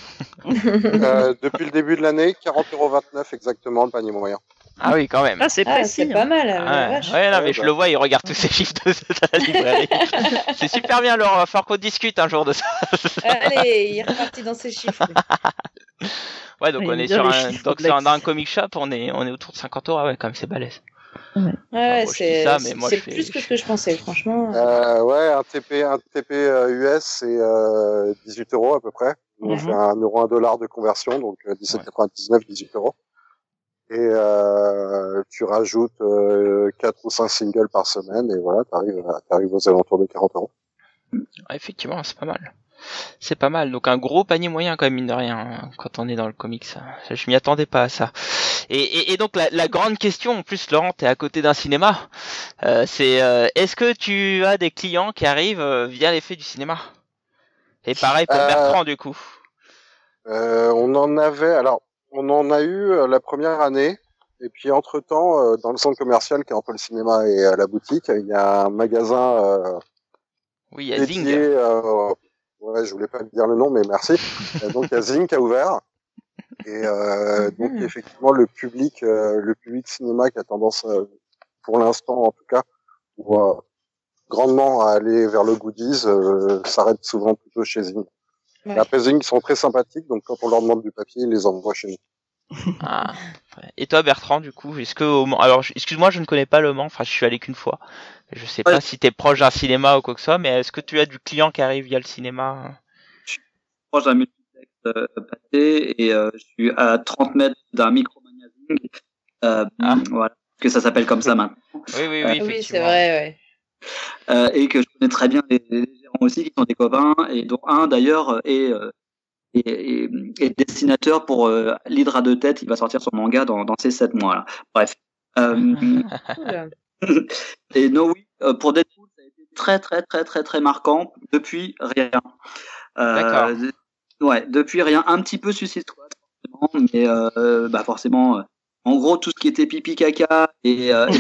Euh, depuis le début de l'année, quarante euros vingt-neuf exactement le panier moyen. ah oui, quand même. Ah, c'est Ah, précis. c'est hein. pas mal, Ah la ouais, vache. ouais, non, mais Ouais, je bah. le vois, il regarde tous ces chiffres de, de la librairie. C'est super bien, Laurent. Va falloir qu'on discute un jour de ça. Allez, il est reparti dans ses chiffres. lui. Ouais, donc Ouais, on il est aime sur bien un, les chiffres donc de sur un, l'ex. dans un comic shop, on est, on est autour de cinquante euros. Ah ouais, quand même, c'est balèze. Ouais, bon, je dis c'est ça, mais moi, c'est je fais- plus que ce que je pensais, franchement. Euh, ouais, un T P, un T P euh, U S, c'est euh, dix-huit euros à peu près. On Mhm. fait un euro, un dollar de conversion, donc euh, dix-sept quatre-vingt-dix-neuf, dix-huit euros. Et euh, tu rajoutes euh, quatre ou cinq singles par semaine, et voilà, t'arrives, à- t'arrives aux alentours de quarante euros. Ouais, effectivement, c'est pas mal. C'est pas mal. Donc un gros panier moyen quand même, mine de rien, hein, quand on est dans le comics. Ça. Je m'y attendais pas à ça. Et, et, et donc la, la grande question, en plus, Laurent, t'es à côté d'un cinéma. Euh, c'est euh, est-ce que tu as des clients qui arrivent euh, via l'effet du cinéma? Et pareil pour Euh, Bertrand, du coup. Euh, on en avait, alors, on en a eu euh, la première année, et puis entre-temps, euh, dans le centre commercial qui est entre le cinéma et euh, la boutique, il y a un magasin euh, Oui, il y a dédié, Zing. euh, ouais, je voulais pas dire le nom, mais merci. Euh, donc il y a Zing qui a ouvert, et euh, donc Mhm. effectivement le public, euh, le public cinéma qui a tendance, euh, pour l'instant en tout cas, ou, euh, grandement à aller vers le goodies, euh, s'arrête souvent plutôt chez Zing. Ouais. Et après Zing, ils sont très sympathiques, donc quand on leur demande du papier, ils les envoient chez nous. Ah, ouais. Et toi, Bertrand, du coup, est-ce que au Mans... alors, je- excuse-moi, je ne connais pas le Mans. Enfin, je suis allé qu'une fois. Je sais Ouais. pas si t'es proche d'un cinéma ou quoi que ce soit, mais est-ce que tu as du client qui arrive via le cinéma? Proche d'un multiplex euh, pâté, et euh, je suis à trente mètres d'un micro-magazine. Euh, Ah. Voilà, que ça s'appelle comme ça maintenant. Oui, oui, oui, Euh, Oui, c'est effectivement. vrai, ouais. Euh, et que je connais très bien les, les gérants aussi, qui sont des copains, et dont un d'ailleurs est, euh, est, est, est dessinateur pour euh, l'Hydra de tête. Il va sortir son manga dans, dans ces sept mois là. Bref. Euh, Cool. et non, oui, euh, pour Deadpool, ça a été très très très très très marquant. Depuis rien. Euh, D'accord. de- Ouais, depuis rien. Un petit peu Suicide Squad, forcément, mais euh, bah forcément. euh, en gros, tout ce qui était pipi caca et, euh,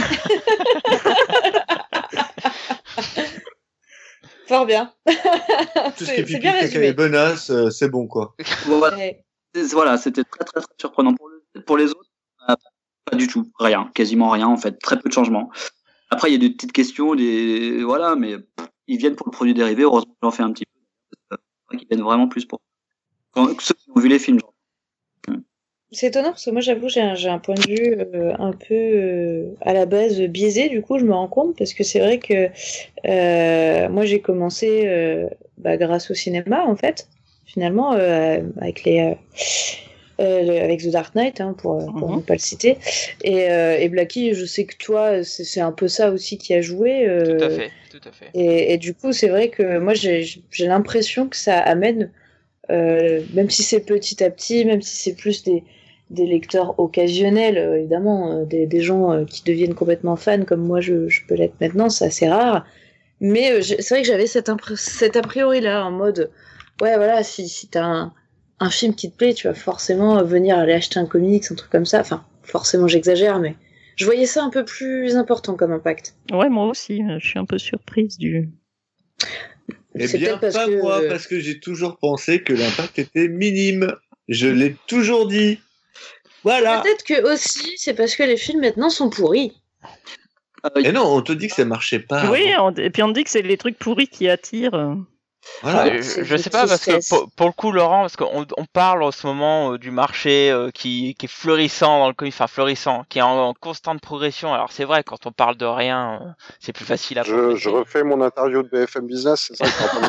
Fort bien. Tout ce qui est C'est c'est pipi, bien caca résumé. et bonasse, euh, c'est bon, quoi. voilà. Ouais. C'est- Voilà, c'était très très très surprenant pour, le, pour les autres. euh, pas du tout, rien, quasiment rien en fait, très peu de changements. Après, il y a des petites questions, des voilà, mais pff, ils viennent pour le produit dérivé. Heureusement, j'en fais un petit peu. C'est vrai qu'ils viennent vraiment plus pour quand, ceux qui ont vu les films. Genre. C'est étonnant parce que moi j'avoue j'ai un, j'ai un point de vue euh, un peu euh, à la base biaisé, du coup je me rends compte parce que c'est vrai que euh, moi j'ai commencé euh, bah, grâce au cinéma en fait, finalement, euh, avec les euh, euh, avec The Dark Knight, hein, pour, pour Mhm. ne pas le citer. Et, euh, et Blackie, je sais que toi, c'est, c'est un peu ça aussi qui a joué. euh, Tout à fait, tout à fait. Et, et du coup, c'est vrai que moi, j'ai, j'ai l'impression que ça amène, euh, même si c'est petit à petit, même si c'est plus des, des lecteurs occasionnels, euh, évidemment, euh, des, des gens euh, qui deviennent complètement fans, comme moi je, je peux l'être maintenant, c'est assez rare. Mais euh, j'ai- c'est vrai que j'avais cet, impré- cet a priori-là, en mode, ouais, voilà, si, si t'as un, un film qui te plaît, tu vas forcément euh, venir aller acheter un comics, un truc comme ça. Enfin, forcément, j'exagère, mais je voyais ça un peu plus important comme impact. Ouais, moi aussi, euh, je suis un peu surprise du. Eh C'est bien, peut-être parce pas que- moi, parce que j'ai toujours pensé que l'impact était minime. Je l'ai toujours dit. Voilà. Peut-être que aussi, c'est parce que les films maintenant sont pourris. Euh, Et non, on te dit que ça marchait pas. oui, avant. on- et puis on dit que c'est les trucs pourris qui attirent. euh. Voilà. Ouais. Euh, c'est je de sais pas parce que tristesse. pour, pour le coup Laurent, parce qu'on on parle en ce moment euh, du marché euh, qui, qui est florissant dans le comics, enfin florissant, qui est en, en constante progression. Alors c'est vrai, quand on parle de rien, euh, c'est plus facile à Je, progresser. je refais mon interview de B F M Business, c'est ça que tu es en train de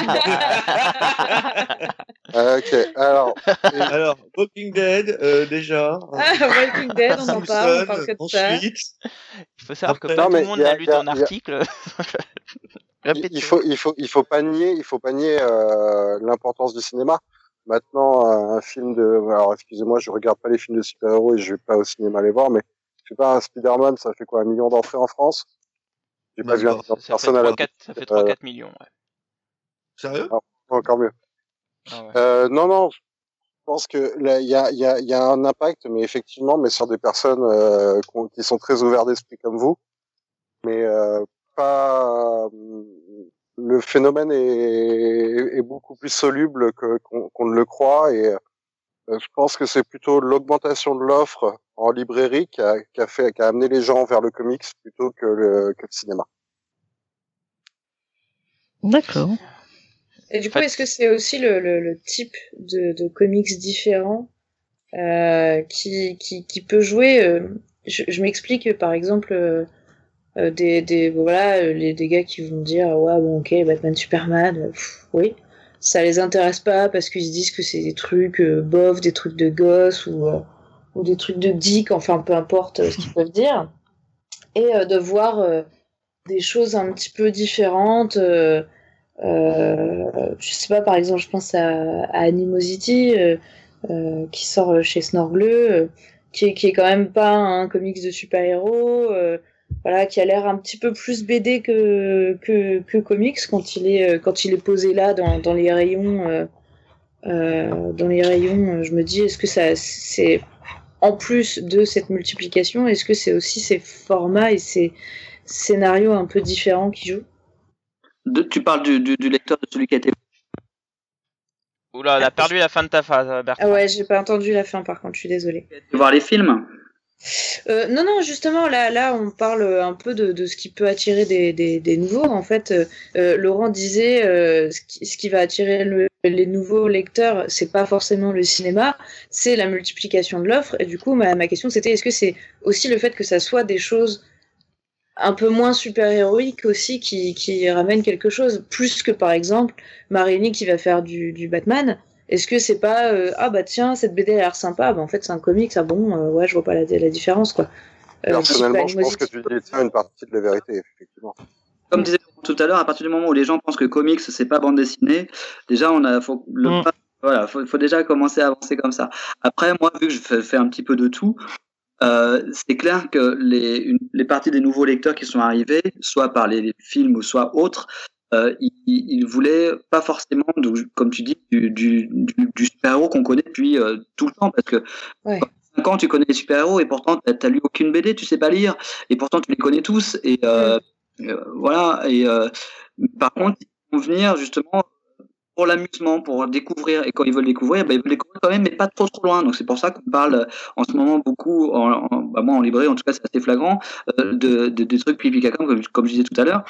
me dire. Là. Euh, ok, alors, et- Alors, Walking Dead, euh, déjà. Ah, Walking Dead, on en parle, on parle que de ça. ensuite. Il faut savoir Après- que pas Non, tout mais le monde y a- a lu y a- ton y a- article. il, Répète. il faut, il faut, il faut pas nier, il faut pas nier euh, l'importance du cinéma. Maintenant, euh, un film de, alors excusez-moi, je regarde pas les films de super-héros et je vais pas au cinéma les voir, mais je sais pas, un Spider-Man, ça fait quoi, un million d'entrées en France? J'ai pas Même vu un pas. million de Ça fait personnes à la trois quatre ça fait trois quatre millions. Ouais. Sérieux? encore mieux. Ah ouais. Euh, non, non, je pense que là, il y a, il y a, il y a un impact, mais effectivement, mais sur des personnes euh, qu'on- qui sont très ouvertes d'esprit comme vous, mais euh, pas. euh, Le phénomène est, est beaucoup plus soluble que qu'on, qu'on ne le croit, et euh, je pense que c'est plutôt l'augmentation de l'offre en librairie qui a, qui a fait, qui a amené les gens vers le comics plutôt que le, que le cinéma. D'accord. Et du En coup, fait- est-ce que c'est aussi le, le, le type de, de comics différent euh, qui, qui, qui peut jouer euh, je, je m'explique, par exemple, euh, euh, des, des, voilà, les, des gars qui vont dire ouais, bon, ok, Batman, Superman, euh, pff, oui, ça les intéresse pas parce qu'ils se disent que c'est des trucs euh, bof, des trucs de gosses ou, euh, ou des trucs de geek, enfin peu importe euh, ce qu'ils peuvent dire. Et euh, de voir euh, des choses un petit peu différentes. Euh, euh, je sais pas, par exemple, je pense à, à Animosity euh, euh, qui sort chez Snorgleu, euh, qui, est, qui est quand même pas un comics de super-héros, euh, voilà, qui a l'air un petit peu plus B D que, que, que comics quand il est, quand il est posé là dans, dans les rayons. Euh, euh, dans les rayons, je me dis, est-ce que ça, c'est en plus de cette multiplication, est-ce que c'est aussi ces formats et ces scénarios un peu différents qui jouent? De- tu parles du, du, du lecteur de celui qui a été. Oula, on a perdu la fin de ta phrase, Bertrand. Ah ouais, j'ai pas entendu la fin par contre, je suis désolée. voir les films. Euh, non, non, justement, là, là, on parle un peu de, de ce qui peut attirer des, des, des nouveaux. En fait, euh, Laurent disait euh, ce, qui, ce qui va attirer le, les nouveaux lecteurs, c'est pas forcément le cinéma, c'est la multiplication de l'offre. Et du coup, ma, ma question, c'était est-ce que c'est aussi le fait que ça soit des choses un peu moins super-héroïques aussi qui, qui ramènent quelque chose, plus que par exemple Marini qui va faire du, du Batman. Est-ce que c'est pas euh, ah bah tiens cette B D a l'air sympa, bah en fait c'est un comics, ah bon euh, ouais je vois pas la, la différence quoi. Euh, Personnellement, type je pense que tu détiens une partie de la vérité, effectivement. Comme disait tout à l'heure, à partir du moment où les gens pensent que comics c'est pas bande dessinée, déjà on a faut le Mm. voilà faut, faut déjà commencer à avancer comme ça. Après moi vu que je fais, fais un petit peu de tout, euh, c'est clair que les une, les parties des nouveaux lecteurs qui sont arrivés, soit par les, les films ou soit autres, euh, ils, ils voulaient pas forcément, du, comme tu dis, du, du, du, du super-héros qu'on connaît depuis euh, tout le temps, parce que Ouais. cinq ans tu connais les super-héros et pourtant t'as, t'as lu aucune B D, tu sais pas lire, et pourtant tu les connais tous, et euh, euh, voilà. Et euh, par contre, ils vont venir justement pour l'amusement, pour découvrir, et quand ils veulent découvrir, bah, ils veulent découvrir quand même, mais pas trop trop loin. Donc c'est pour ça qu'on parle en ce moment beaucoup, en, en, bah, moi en librairie en tout cas c'est assez flagrant, euh, de, de, des trucs pipi caca comme, comme je disais tout à l'heure.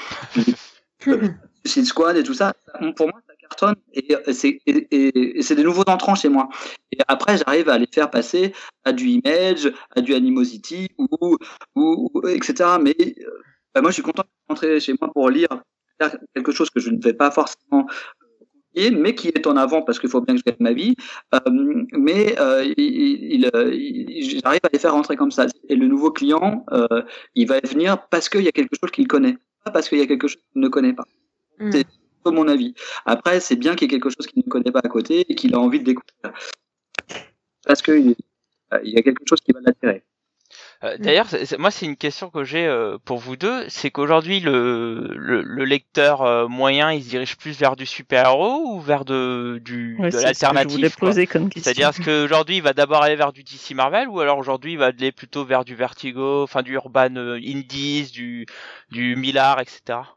Suicide Squad et tout ça, pour moi ça cartonne et c'est, et, et, et c'est des nouveaux entrants chez moi. Et après j'arrive à les faire passer à du Image, à du Animosity ou, ou, ou et cetera. Mais euh, bah moi je suis content de rentrer chez moi pour lire faire quelque chose que je ne vais pas forcément copier, mais qui est en avant parce qu'il faut bien que je gagne ma vie. Euh, mais euh, il, il, il, j'arrive à les faire rentrer comme ça. Et le nouveau client, euh, il va venir parce qu'il y a quelque chose qu'il connaît, pas parce qu'il y a quelque chose qu'il ne connaît pas. Mmh. C'est mon avis. Après, c'est bien qu'il y ait quelque chose qu'il ne connaît pas à côté et qu'il a envie de découvrir. Parce qu'il il y a quelque chose qui va l'attirer. Euh, d'ailleurs, c'est, c'est, moi, c'est une question que j'ai euh, pour vous deux. C'est qu'aujourd'hui, le, le, le lecteur euh, moyen, il se dirige plus vers du super-héros ou vers de, du, ouais, de l'alternative, quoi. Comme C'est-à-dire, est-ce qu'aujourd'hui, il va d'abord aller vers du D C Marvel ou alors aujourd'hui, il va aller plutôt vers du Vertigo, enfin du Urban euh, Indies, du, du Millard, et cetera.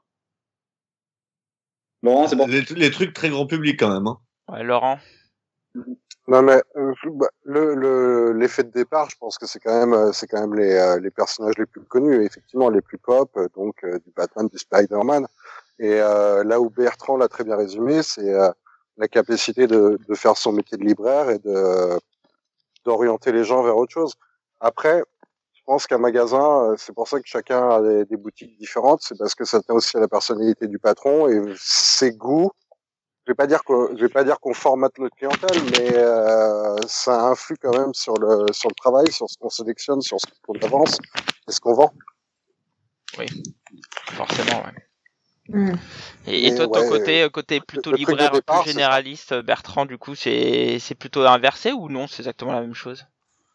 Laurent, c'est bon. Les, les trucs très grand public quand même. Hein. Ouais, Laurent. Non mais euh, le, le l'effet de départ, je pense que c'est quand même c'est quand même les euh, les personnages les plus connus, effectivement les plus pop, donc euh, du Batman, du Spider-Man. Et euh, là où Bertrand l'a très bien résumé, c'est euh, la capacité de de faire son métier de libraire et de d'orienter les gens vers autre chose. Après, je pense qu'un magasin, c'est pour ça que chacun a des, des boutiques différentes, c'est parce que ça tient aussi à la personnalité du patron et ses goûts. Je vais pas dire que je vais pas dire qu'on formate notre clientèle, mais euh, ça influe quand même sur le sur le travail, sur ce qu'on sélectionne, sur ce qu'on avance et ce qu'on vend. Oui, forcément. Ouais. Mmh. Et, et toi, de ton ouais, côté, côté plutôt libraire, départ, plus généraliste, Bertrand, du coup, c'est c'est plutôt inversé ou non? C'est exactement la même chose.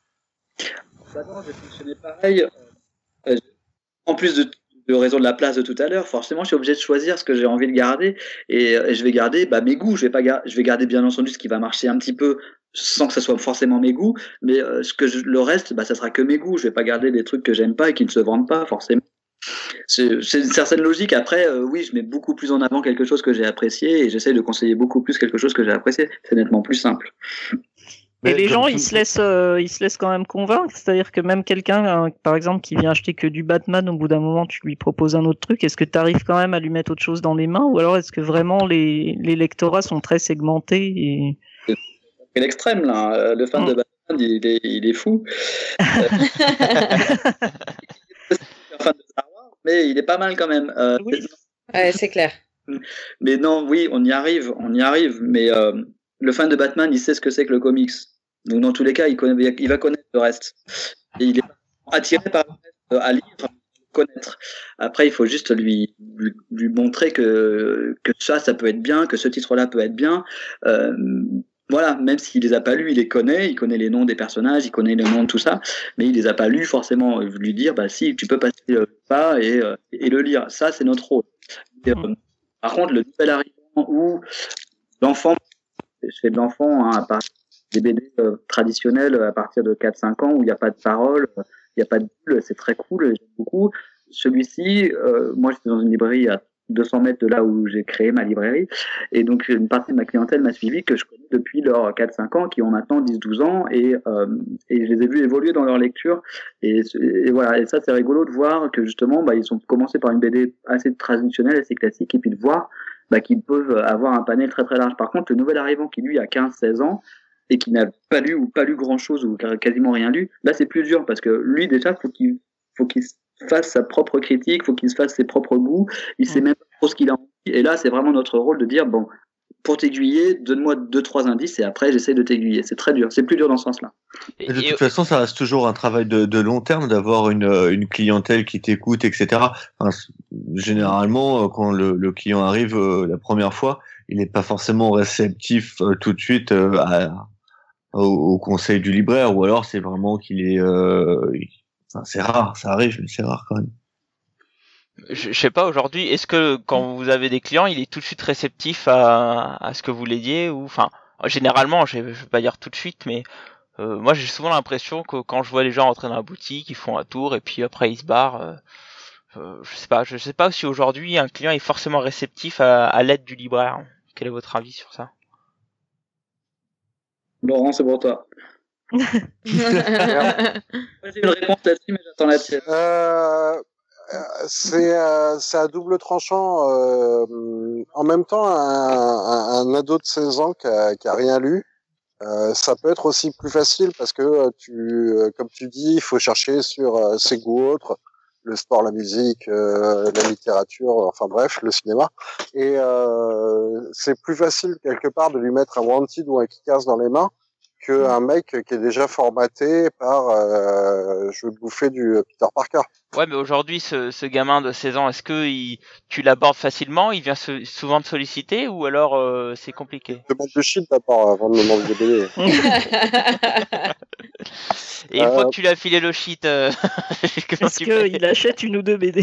Bah non, j'ai fonctionné pareil. Euh, en plus de le réseau de la place de tout à l'heure, forcément, je suis obligé de choisir ce que j'ai envie de garder et, et je vais garder bah, mes goûts. Je vais pas, gar- je vais garder bien entendu ce qui va marcher un petit peu sans que ça soit forcément mes goûts, mais euh, ce que je, le reste, bah, ça sera que mes goûts. Je vais pas garder des trucs que j'aime pas et qui ne se vendent pas forcément. C'est, c'est une certaine logique. Après, euh, oui, je mets beaucoup plus en avant quelque chose que j'ai apprécié et j'essaye de conseiller beaucoup plus quelque chose que j'ai apprécié. C'est nettement plus simple. Et les gens, ils se laissent, euh, ils se laissent quand même convaincre. C'est-à-dire que même quelqu'un, hein, par exemple, qui vient acheter que du Batman, au bout d'un moment, tu lui proposes un autre truc. Est-ce que tu arrives quand même à lui mettre autre chose dans les mains, ou alors est-ce que vraiment les, les lectorats sont très segmentés et... C'est l'extrême là. Le fan mmh. de Batman, il est, il est fou. euh... fan de Star Wars, mais il est pas mal quand même. Euh, oui. Ouais, c'est clair. Mais non, oui, on y arrive, on y arrive. Mais euh, le fan de Batman, il sait ce que c'est que le comics. Donc dans tous les cas, il, connaît, il va connaître le reste. Et il est attiré par le reste à lire, à connaître. Après, il faut juste lui, lui, lui montrer que, que ça, ça peut être bien, que ce titre-là peut être bien. Euh, voilà, même s'il les a pas lus, il les connaît, il connaît les noms des personnages, il connaît les noms de tout ça, mais il les a pas lus forcément. Lui dire, bah si, tu peux passer le pas et, et le lire. Ça, c'est notre rôle. Et, euh, par contre, le nouvel arrivant où l'enfant, je fais de l'enfant hein, à partir des B D euh, traditionnels à partir de quatre cinq ans où il n'y a pas de parole, il n'y a pas de bulle, c'est très cool, j'aime beaucoup. Celui-ci, euh, moi j'étais dans une librairie à deux cents mètres de là où j'ai créé ma librairie, et donc une partie de ma clientèle m'a suivi que je connais depuis leurs quatre cinq ans, qui ont maintenant dix douze ans, et, euh, et je les ai vus évoluer dans leur lecture, et, et voilà, et ça c'est rigolo de voir que justement bah, ils ont commencé par une B D assez traditionnelle, assez classique, et puis de voir bah, qu'ils peuvent avoir un panel très très large. Par contre, le nouvel arrivant qui lui a quinze seize ans, et qui n'a pas lu ou pas lu grand chose ou quasiment rien lu, là c'est plus dur parce que lui déjà faut qu'il faut qu'il fasse sa propre critique, faut qu'il se fasse ses propres goûts, il sait même pas trop ce qu'il a envie, et là c'est vraiment notre rôle de dire bon, pour t'aiguiller, donne-moi deux trois indices et après j'essaie de t'aiguiller. C'est très dur, c'est plus dur dans ce sens-là. Et de et toute et... façon, ça reste toujours un travail de, de long terme d'avoir une, une clientèle qui t'écoute, et cetera. Enfin, généralement, quand le, le client arrive euh, la première fois, il n'est pas forcément réceptif euh, tout de suite euh, à Au, au conseil du libraire, ou alors c'est vraiment qu'il est euh, enfin, c'est rare, ça arrive, mais c'est rare quand même. Je, je sais pas aujourd'hui, est-ce que quand vous avez des clients, il est tout de suite réceptif à, à ce que vous l'aidiez, ou enfin généralement, je, je vais pas dire tout de suite, mais euh, moi j'ai souvent l'impression que quand je vois les gens rentrer dans la boutique, ils font un tour et puis après ils se barrent. Euh, euh, je sais pas, je sais pas si aujourd'hui un client est forcément réceptif à, à l'aide du libraire. Quel est votre avis sur ça? Laurent, c'est pour toi. J'ai une réponse là-dessus, mais j'attends la tienne. Euh, c'est, euh, c'est à double tranchant. Euh, en même temps, un, un, un ado de seize ans qui a, qui a rien lu, euh, ça peut être aussi plus facile parce que tu, comme tu dis, il faut chercher sur euh, ses goûts autres. le sport, la musique, euh, la littérature, enfin bref, le cinéma. Et euh, c'est plus facile quelque part de lui mettre un Wanted ou un Kick-Ass dans les mains qu'un mec qui est déjà formaté par euh, je veux bouffer du Peter Parker. Ouais, mais aujourd'hui, ce, ce gamin de seize ans, est-ce que il, tu l'abordes facilement, il vient se, souvent te solliciter, ou alors euh, c'est compliqué? Demande de shit d'abord avant de me demander des B D. Et une Euh, fois que tu lui as filé le shit, euh, comment Est-ce tu fais? qu'il achète une ou deux B D?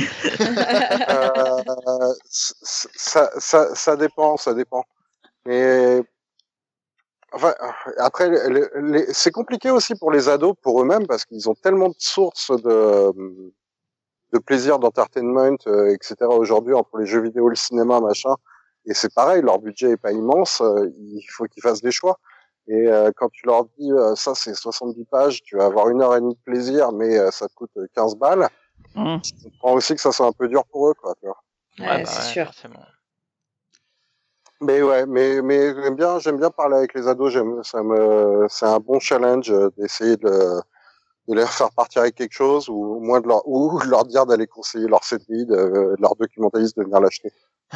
euh, ça, ça, ça dépend, ça dépend. Mais enfin, après, les, les, c'est compliqué aussi pour les ados, pour eux-mêmes, parce qu'ils ont tellement de sources de, de plaisir, d'entertainment, euh, et cetera aujourd'hui entre les jeux vidéo, le cinéma, machin. Et c'est pareil, leur budget est pas immense, euh, il faut qu'ils fassent des choix. Et euh, quand tu leur dis euh, ça c'est soixante-dix pages, tu vas avoir une heure et demie de plaisir, mais euh, ça te coûte quinze balles. Mmh. Je comprends aussi que ça soit un peu dur pour eux, quoi. Tu vois. Ouais, Ouais, bah c'est ouais, sûr. forcément. Mais ouais, mais mais j'aime bien, j'aime bien parler avec les ados. J'aime, ça me, c'est un bon challenge euh, d'essayer de, de les faire partir avec quelque chose, ou au moins de leur, ou de leur dire d'aller conseiller leur C D I, de, de leur documentaliste de venir l'acheter.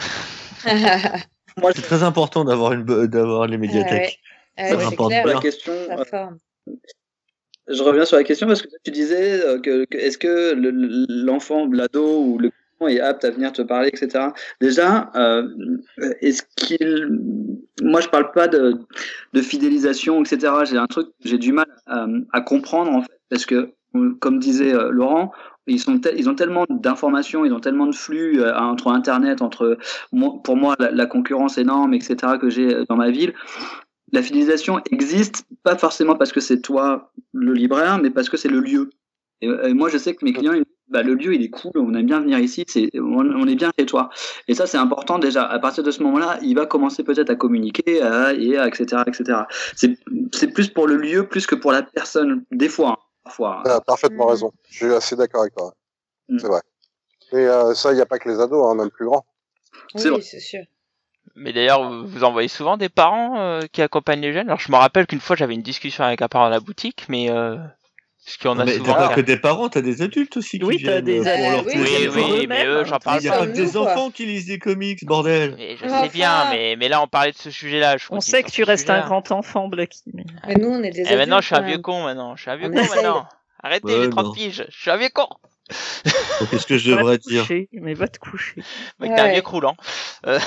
Moi, C'est très important d'avoir une bo- d'avoir les médiathèques. Ah Ça ouais, c'est rapporte clair. la bien. question, Ça euh, forme. je reviens sur la question parce que tu disais euh, que, que est-ce que le- l'enfant, l'ado ou le enfant est apte à venir te parler, et cetera. Déjà, euh, est-ce qu'il, moi je parle pas de, de fidélisation, et cetera. J'ai un truc, j'ai du mal à, à comprendre en fait, parce que comme disait euh, Laurent, ils sont, tel- ils ont tellement d'informations, ils ont tellement de flux euh, entre Internet, entre moi- pour moi la, la concurrence énorme, et cetera que j'ai dans ma ville. La fidélisation existe pas forcément parce que c'est toi le libraire, mais parce que c'est le lieu. Et, et moi, je sais que mes clients, ils me disent, bah, le lieu, il est cool, on aime bien venir ici, c'est, on, on est bien chez toi. Et ça, c'est important déjà. À partir de ce moment-là, il va commencer peut-être à communiquer, à, et à, et cetera, et cetera. C'est, c'est plus pour le lieu, plus que pour la personne. Des fois, hein, parfois. Tu as parfaitement Mhm. raison. Je suis assez d'accord avec toi. Mm. C'est vrai. Et euh, ça, il n'y a pas que les ados, hein, même plus grands. C'est vrai. Oui, c'est sûr. Mais d'ailleurs, vous, vous envoyez souvent des parents euh, qui accompagnent les jeunes. Alors, je me rappelle qu'une fois, j'avais une discussion avec un parent à la boutique, mais euh, est-ce qu'on Non, a mais souvent... t'as pas que des parents, t'as des adultes aussi qui Oui, t'as viennent des pour adultes. leur Euh, oui, Oui, plaisir. pour oui, eux-mêmes, mais eux, j'en hein. parle Il y a pas. pas Comme que des nous, quoi. enfants qui lisent des comics, bordel. Mais je Enfin. sais bien, mais, mais là, on parlait de ce sujet-là. Je On continue sait sur que ce tu restes un sujet-là. grand enfant, Blacky. Mais... Mais nous, on est des Et maintenant, adultes, je suis un quand vieux même. con, maintenant. Je suis un vieux On con, essaye. maintenant. Arrêtez, Ouais, j'ai trente non. piges. Je suis un vieux con. Donc, qu'est-ce que je Va devrais te dire? coucher, mais va te coucher. Mec, t'es un Ouais. vieux croulant. Euh,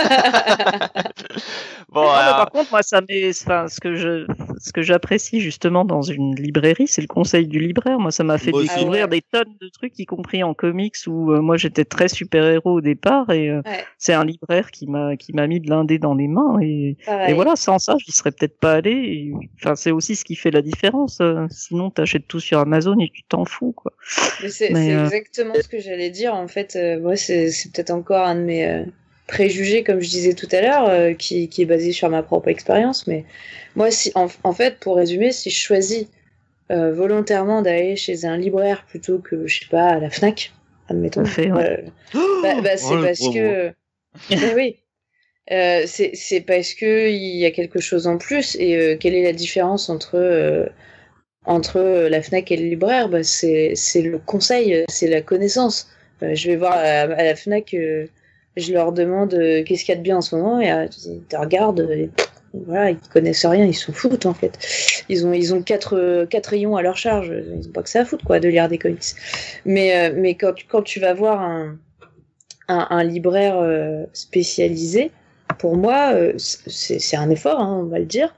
Bon, Non, mais alors... par contre, moi, ça m'est, enfin, ce que je, ce que j'apprécie justement dans une librairie, c'est le conseil du libraire. Moi, ça m'a fait Moi aussi. découvrir Ah ouais. des tonnes de trucs, y compris en comics où euh, moi j'étais très super-héros au départ, et euh, Ouais, c'est un libraire qui m'a, qui m'a mis de l'indé dans les mains, et, pareil. et voilà, sans ça, j'y serais peut-être pas allé. Et, enfin, c'est aussi ce qui fait la différence. euh, sinon, t'achètes tout sur Amazon et tu t'en fous, quoi. Mais c'est Mais, c'est euh, exactement ce que j'allais dire. En fait, euh, moi, c'est c'est peut-être encore un de mes euh, préjugés, comme je disais tout à l'heure, euh, qui, qui est basé sur ma propre expérience. Mais moi, si, en, en fait, pour résumer, si je choisis euh, volontairement d'aller chez un libraire plutôt que, je sais pas, à la Fnac, admettons, Tout à fait, ouais. euh, bah, bah, c'est Oh, le parce gros mot. que... Mais oui. Euh, c'est c'est parce que il y a quelque chose en plus. Et euh, quelle est la différence entre euh, entre la Fnac et le libraire? Bah, c'est c'est le conseil, c'est la connaissance. Euh, je vais voir à, à la Fnac, euh, je leur demande euh, qu'est-ce qu'il y a de bien en ce moment, et euh, ils te regardent, et, pff, voilà, ils connaissent rien, ils s'en foutent en fait. Ils ont ils ont quatre euh, quatre rayons à leur charge, ils ont pas que ça à foutre quoi de lire des comics. Mais euh, mais quand tu, quand tu vas voir un un, un libraire euh, spécialisé, pour moi, euh, c'est c'est un effort, hein, on va le dire.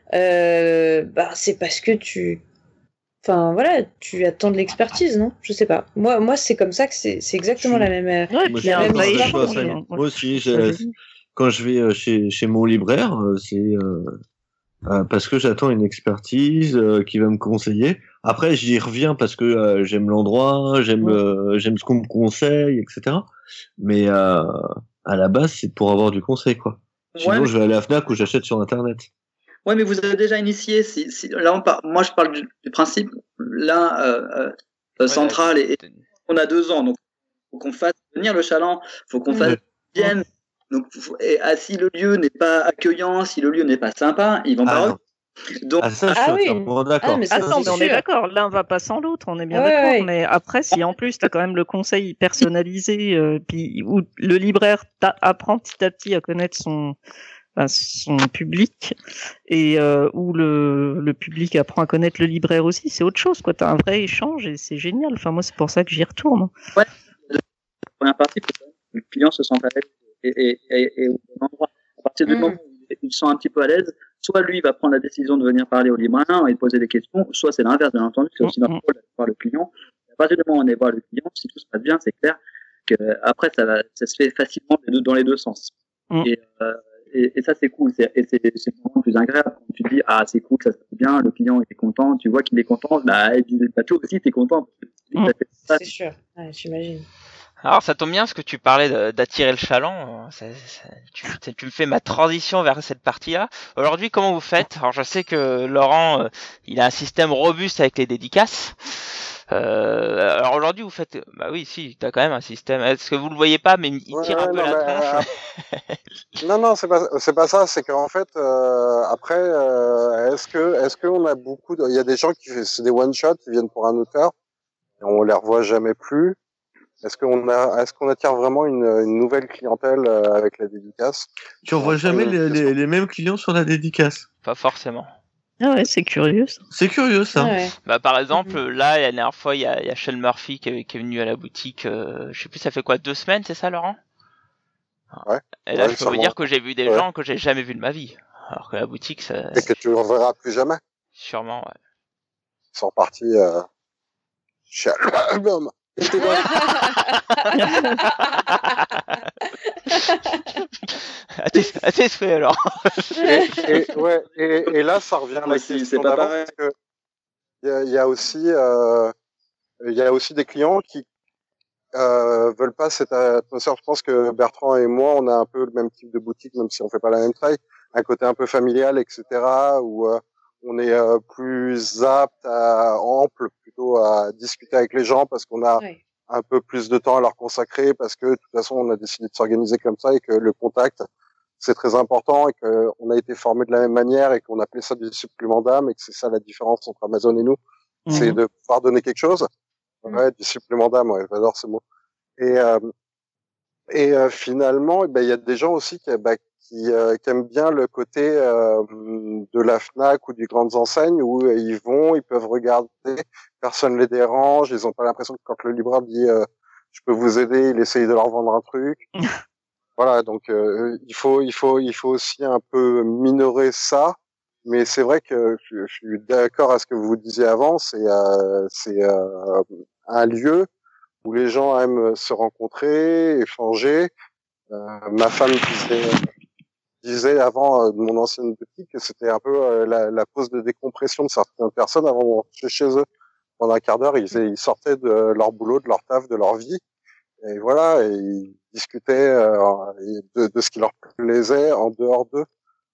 Euh, bah c'est parce que tu Enfin voilà, tu attends de l'expertise, non? Je sais pas. Moi, moi, c'est comme ça que c'est, c'est exactement Je la suis- même. euh, Ouais, Moi, puis je il y a suis un même vrai d'accord avec histoire, toi, échange. mais- hein. Moi aussi, je trouve ça j'ai- génial. quand je vais euh, chez, chez mon libraire, euh, c'est euh, euh, parce que j'attends une expertise euh, qui va me conseiller. Après, j'y reviens parce que euh, j'aime l'endroit, j'aime Ouais. euh, j'aime ce qu'on me conseille, et cetera. Mais euh, à la base, c'est pour avoir du conseil, quoi. Sinon, Ouais, mais- je vais aller à la Fnac ou j'achète sur Internet. Ouais, mais vous avez déjà initié. Si, si, là, on par... moi, je parle du, du principe. Là, euh, euh, Ouais, central, là, et, et on a deux ans, donc faut qu'on fasse venir le chaland, faut qu'on fasse Ouais. bien. Donc, faut- et, ah, si le lieu n'est pas accueillant, si le lieu n'est pas sympa, ils vont Ah pas non. revenir. Donc, Ah, ça, je Ah suis oui. entièrement d'accord. Ah, mais ça, Attends, c'est mais on est sûr. d'accord, l'un va pas sans l'autre, on est bien Ouais, d'accord. ouais. Mais après, si en plus t'as quand même le conseil personnalisé, euh, puis où le libraire t'a- apprend petit à petit à connaître son enfin, son public et euh, où le le public apprend à connaître le libraire aussi, c'est autre chose quoi. T'as un vrai échange et c'est génial. Enfin moi c'est pour ça que j'y retourne. la première partie, faut quand même que le client se sente à l'aise et, et, et, et au bon endroit. À partir du Mm. moment où il se sent un petit peu à l'aise, soit lui va prendre la décision de venir parler au libraire et poser des questions, soit c'est l'inverse, bien entendu, c'est aussi notre rôle d'aller voir le client. À partir du moment où on est voir le client, si tout se passe bien, c'est clair que après ça, va, ça se fait facilement des deux- dans les deux sens. Mm. Et, euh, et, et ça c'est cool, c'est, et c'est, c'est le moment le plus agréable quand tu te dis ah c'est cool, ça se passe bien, le client est content, tu vois qu'il est content, bah, et puis bah, toi aussi t'es content. Parce que tu te dis que t'as fait ça. C'est sûr. Ouais, j'imagine. Alors ça tombe bien parce que tu parlais de- d'attirer le chaland. euh, ça- ça- tu, tu me fais ma transition vers cette partie-là. Aujourd'hui, comment vous faites? Alors je sais que Laurent, euh, il a un système robuste avec les dédicaces. Euh, alors aujourd'hui, vous faites, bah oui, si, t'as quand même un système. Est-ce que vous le voyez pas, mais il Ouais, tire ouais, un peu non, la mais, tronche. euh, non, non, c'est pas, c'est pas ça. C'est qu'en fait, euh, après, euh, est-ce que, est-ce qu'on a beaucoup de, il y a des gens qui, c'est des one shot, qui viennent pour un auteur, et on les revoit jamais plus. Est-ce qu'on a, est-ce qu'on attire vraiment une, une nouvelle clientèle euh, avec la dédicace? Tu revois jamais Une les, question. les, les mêmes clients sur la dédicace. Pas forcément. Ah ouais, c'est curieux ça. C'est curieux, ça. Ah ouais. Bah par exemple, là, la dernière fois, il y a, il y a Sean Murphy qui est, qui est venu à la boutique. Euh, je sais plus, ça fait quoi, deux semaines, c'est ça, Laurent? Ouais. Et là, Ouais, je peux sûrement. vous dire que j'ai vu des Ouais. gens que j'ai jamais vus de ma vie. Alors que la boutique, ça, Et que tu ne reverras plus jamais. sûrement, ouais. Ils sont repartis euh, chez Album. à tes, à tes souhaits, alors. et, et, ouais, et, et là, ça revient à la Moi aussi, question c'est pas d'avant, pareil. parce que il y a, il y a aussi, euh, il y a aussi des clients qui euh, veulent pas cette atmosphère. Je pense que Bertrand et moi, on a un peu le même type de boutique, même si on fait pas la même taille, un côté un peu familial, et cetera, où euh, on est euh, plus apte, à, ample plutôt à discuter avec les gens parce qu'on a Ouais. un peu plus de temps à leur consacrer, parce que de toute façon, on a décidé de s'organiser comme ça et que le contact, c'est très important et qu'on a été formé de la même manière et qu'on appelait ça du supplément d'âme et que c'est ça la différence entre Amazon et nous, Mhm. c'est de pouvoir donner quelque chose. Mhm. Ouais, du supplément d'âme, ouais, j'adore ce mot. Et, euh, et euh, finalement, eh ben, il y a des gens aussi qui, bah, qui, euh, qui aiment bien le côté euh, de la Fnac ou du grandes enseignes où euh, ils vont, ils peuvent regarder, personne les dérange, ils ont pas l'impression que quand le libraire dit euh, je peux vous aider, il essaye de leur vendre un truc. Voilà, donc euh, il faut, il faut, il faut aussi un peu minorer ça. Mais c'est vrai que je, je suis d'accord à ce que vous disiez avant. C'est, euh, c'est euh, un lieu où les gens aiment se rencontrer, échanger. Euh, ma femme disait, disait avant euh, de mon ancienne boutique que c'était un peu euh, la, la pause de décompression de certaines personnes avant de rentrer chez eux. Pendant un quart d'heure, ils, ils sortaient de leur boulot, de leur taf, de leur vie. Et voilà, et ils discutaient euh, de, de ce qui leur plaisait en dehors d'eux.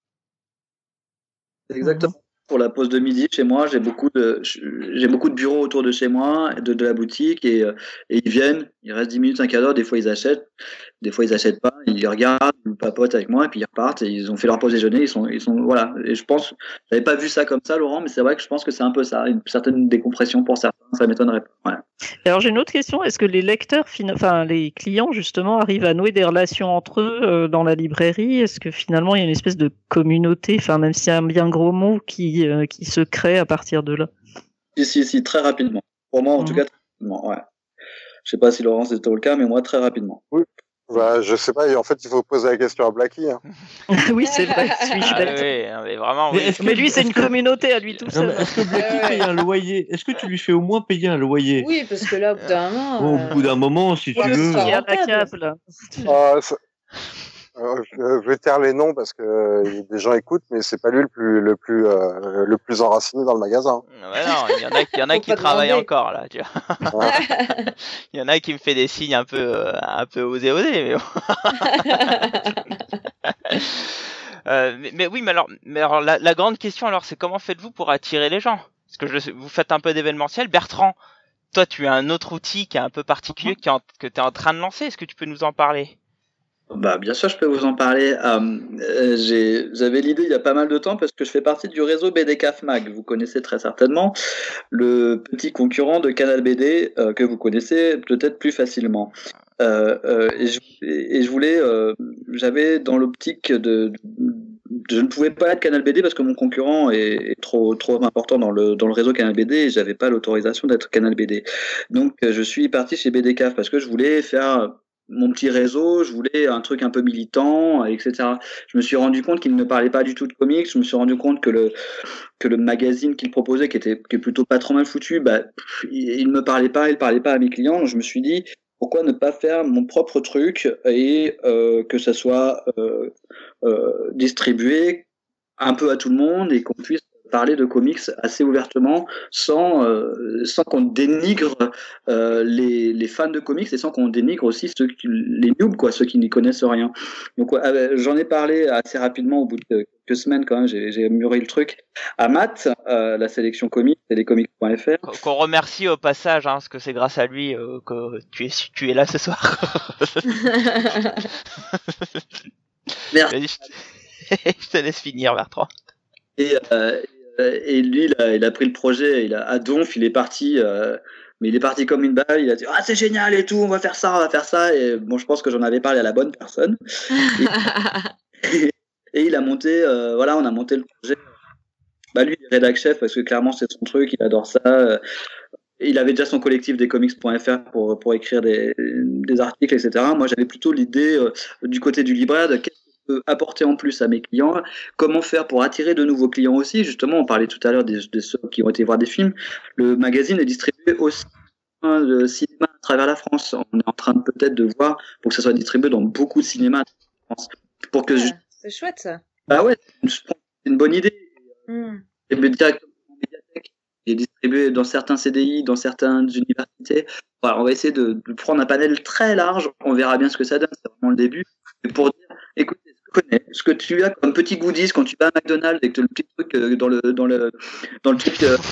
Exactement. Pour la pause de midi, chez moi, j'ai beaucoup de, j'ai beaucoup de bureaux autour de chez moi, de, de la boutique, et, euh, et ils viennent, ils restent dix minutes, un quart d'heure, des fois ils achètent, des fois ils achètent pas, ils regardent, ils papotent avec moi, et puis ils repartent, et ils ont fait leur pause déjeuner, ils sont, ils sont, voilà. Et je pense, j'avais pas vu ça comme ça, Laurent, mais c'est vrai que je pense que c'est un peu ça, une certaine décompression pour certains, ça m'étonnerait pas. Voilà. Alors j'ai une autre question. Est-ce que les lecteurs, fin- enfin les clients justement, arrivent à nouer des relations entre eux euh, dans la librairie? Est-ce que finalement il y a une espèce de communauté, enfin même si c'est un bien gros mot, qui euh, qui se crée à partir de là? Si, si, si, très rapidement. Pour moi, en Mhm. tout cas, très rapidement, ouais. Je sais pas si Laurent c'était le cas, mais moi, très rapidement. Bah, je sais pas, et en fait, il faut poser la question à Blacky. Hein. Oui, c'est vrai. Suis-je Ah, bête? oui, non, mais vraiment, Mais oui. est-ce que- Mais lui, c'est est-ce une que- communauté à lui tout Non, seul. mais est-ce que Blacky Ouais, ouais. paye un loyer? Est-ce que tu lui fais au moins payer un loyer? Oui, parce que là, au bout d'un moment. Bon, euh, au bout d'un moment, si tu Ouais, mais veux. ça Il y a rentable. la cave là. Euh, c'est- euh, je je vais taire les noms parce que euh, des gens écoutent, mais c'est pas lui le plus le plus euh, le plus enraciné dans le magasin. Ouais, non, il y en a, il y en a Faut qui pas travaillent demander. encore, là, tu vois. Il y en a qui me fait des signes un peu, euh, un peu osés, osés, mais bon. Euh, mais, mais oui, mais alors, mais alors la, la grande question, alors, c'est comment faites-vous pour attirer les gens? Parce que je, sais- vous faites un peu d'événementiel. Bertrand, toi, tu as un autre outil qui est un peu particulier, qui est en- que tu es en train de lancer. Est-ce que tu peux nous en parler? Bah, bien sûr, je peux vous en parler. Euh, j'ai, j'avais l'idée il y a pas mal de temps parce que je fais partie du réseau B D C A F Mag. Vous connaissez très certainement le petit concurrent de Canal B D euh, que vous connaissez peut-être plus facilement. Euh, euh, et, je, et je voulais, euh, j'avais dans l'optique de, de, je ne pouvais pas être Canal B D parce que mon concurrent est, est trop trop important dans le dans le réseau Canal B D et j'avais pas l'autorisation d'être Canal B D. Donc je suis parti chez B D C A F parce que je voulais faire mon petit réseau, je voulais un truc un peu militant, et cetera. Je me suis rendu compte qu'il ne parlait pas du tout de comics. Je me suis rendu compte que le que le magazine qu'il proposait, qui était qui est plutôt pas trop mal foutu, bah il ne me parlait pas, il parlait pas à mes clients. Donc je me suis dit pourquoi ne pas faire mon propre truc et euh, que ça soit euh, euh, distribué un peu à tout le monde et qu'on puisse parler de comics assez ouvertement sans euh, sans qu'on dénigre euh, les les fans de comics et sans qu'on dénigre aussi ceux qui, les noobs quoi, ceux qui n'y connaissent rien. Donc euh, j'en ai parlé assez rapidement au bout de quelques semaines quand même, j'ai j'ai mûri le truc à Matt, euh, la sélection comics et les comics point F R. Qu'on remercie au passage, hein, parce que c'est grâce à lui euh, que tu es tu es là ce soir. Merci. Je te laisse finir, Bertrand. Et, euh, et lui, il a, il a pris le projet, il a, à Donf, il est parti, euh, mais il est parti comme une balle, il a dit « Ah, c'est génial et tout, on va faire ça, on va faire ça », et bon, je pense que j'en avais parlé à la bonne personne. Et, et il a monté, euh, voilà, on a monté le projet. Bah, lui, il est rédac chef, parce que clairement, c'est son truc, il adore ça. Il avait déjà son collectif des comics point F R pour, pour écrire des, des articles, et cetera. Moi, j'avais plutôt l'idée, euh, du côté du libraire, de qu'est-ce apporter en plus à mes clients, comment faire pour attirer de nouveaux clients aussi. Justement, on parlait tout à l'heure des, des ceux qui ont été voir des films. Le magazine est distribué aussi hein, de cinéma à travers la France. On est en train de peut-être de voir pour que ça soit distribué dans beaucoup de cinémas en France. Pour que ouais, je... C'est chouette ça. Bah ouais, c'est une bonne idée. Mm. Et directement en médiathèque. Il est distribué dans certains C D I, dans certaines universités. Voilà, on va essayer de, de prendre un panel très large. On verra bien ce que ça donne. C'est vraiment le début. Mais pour dire, écoutez, connais ce que tu as comme petit goodies quand tu vas à McDonald's et que tu as le petit truc euh, dans le dans le dans le truc euh...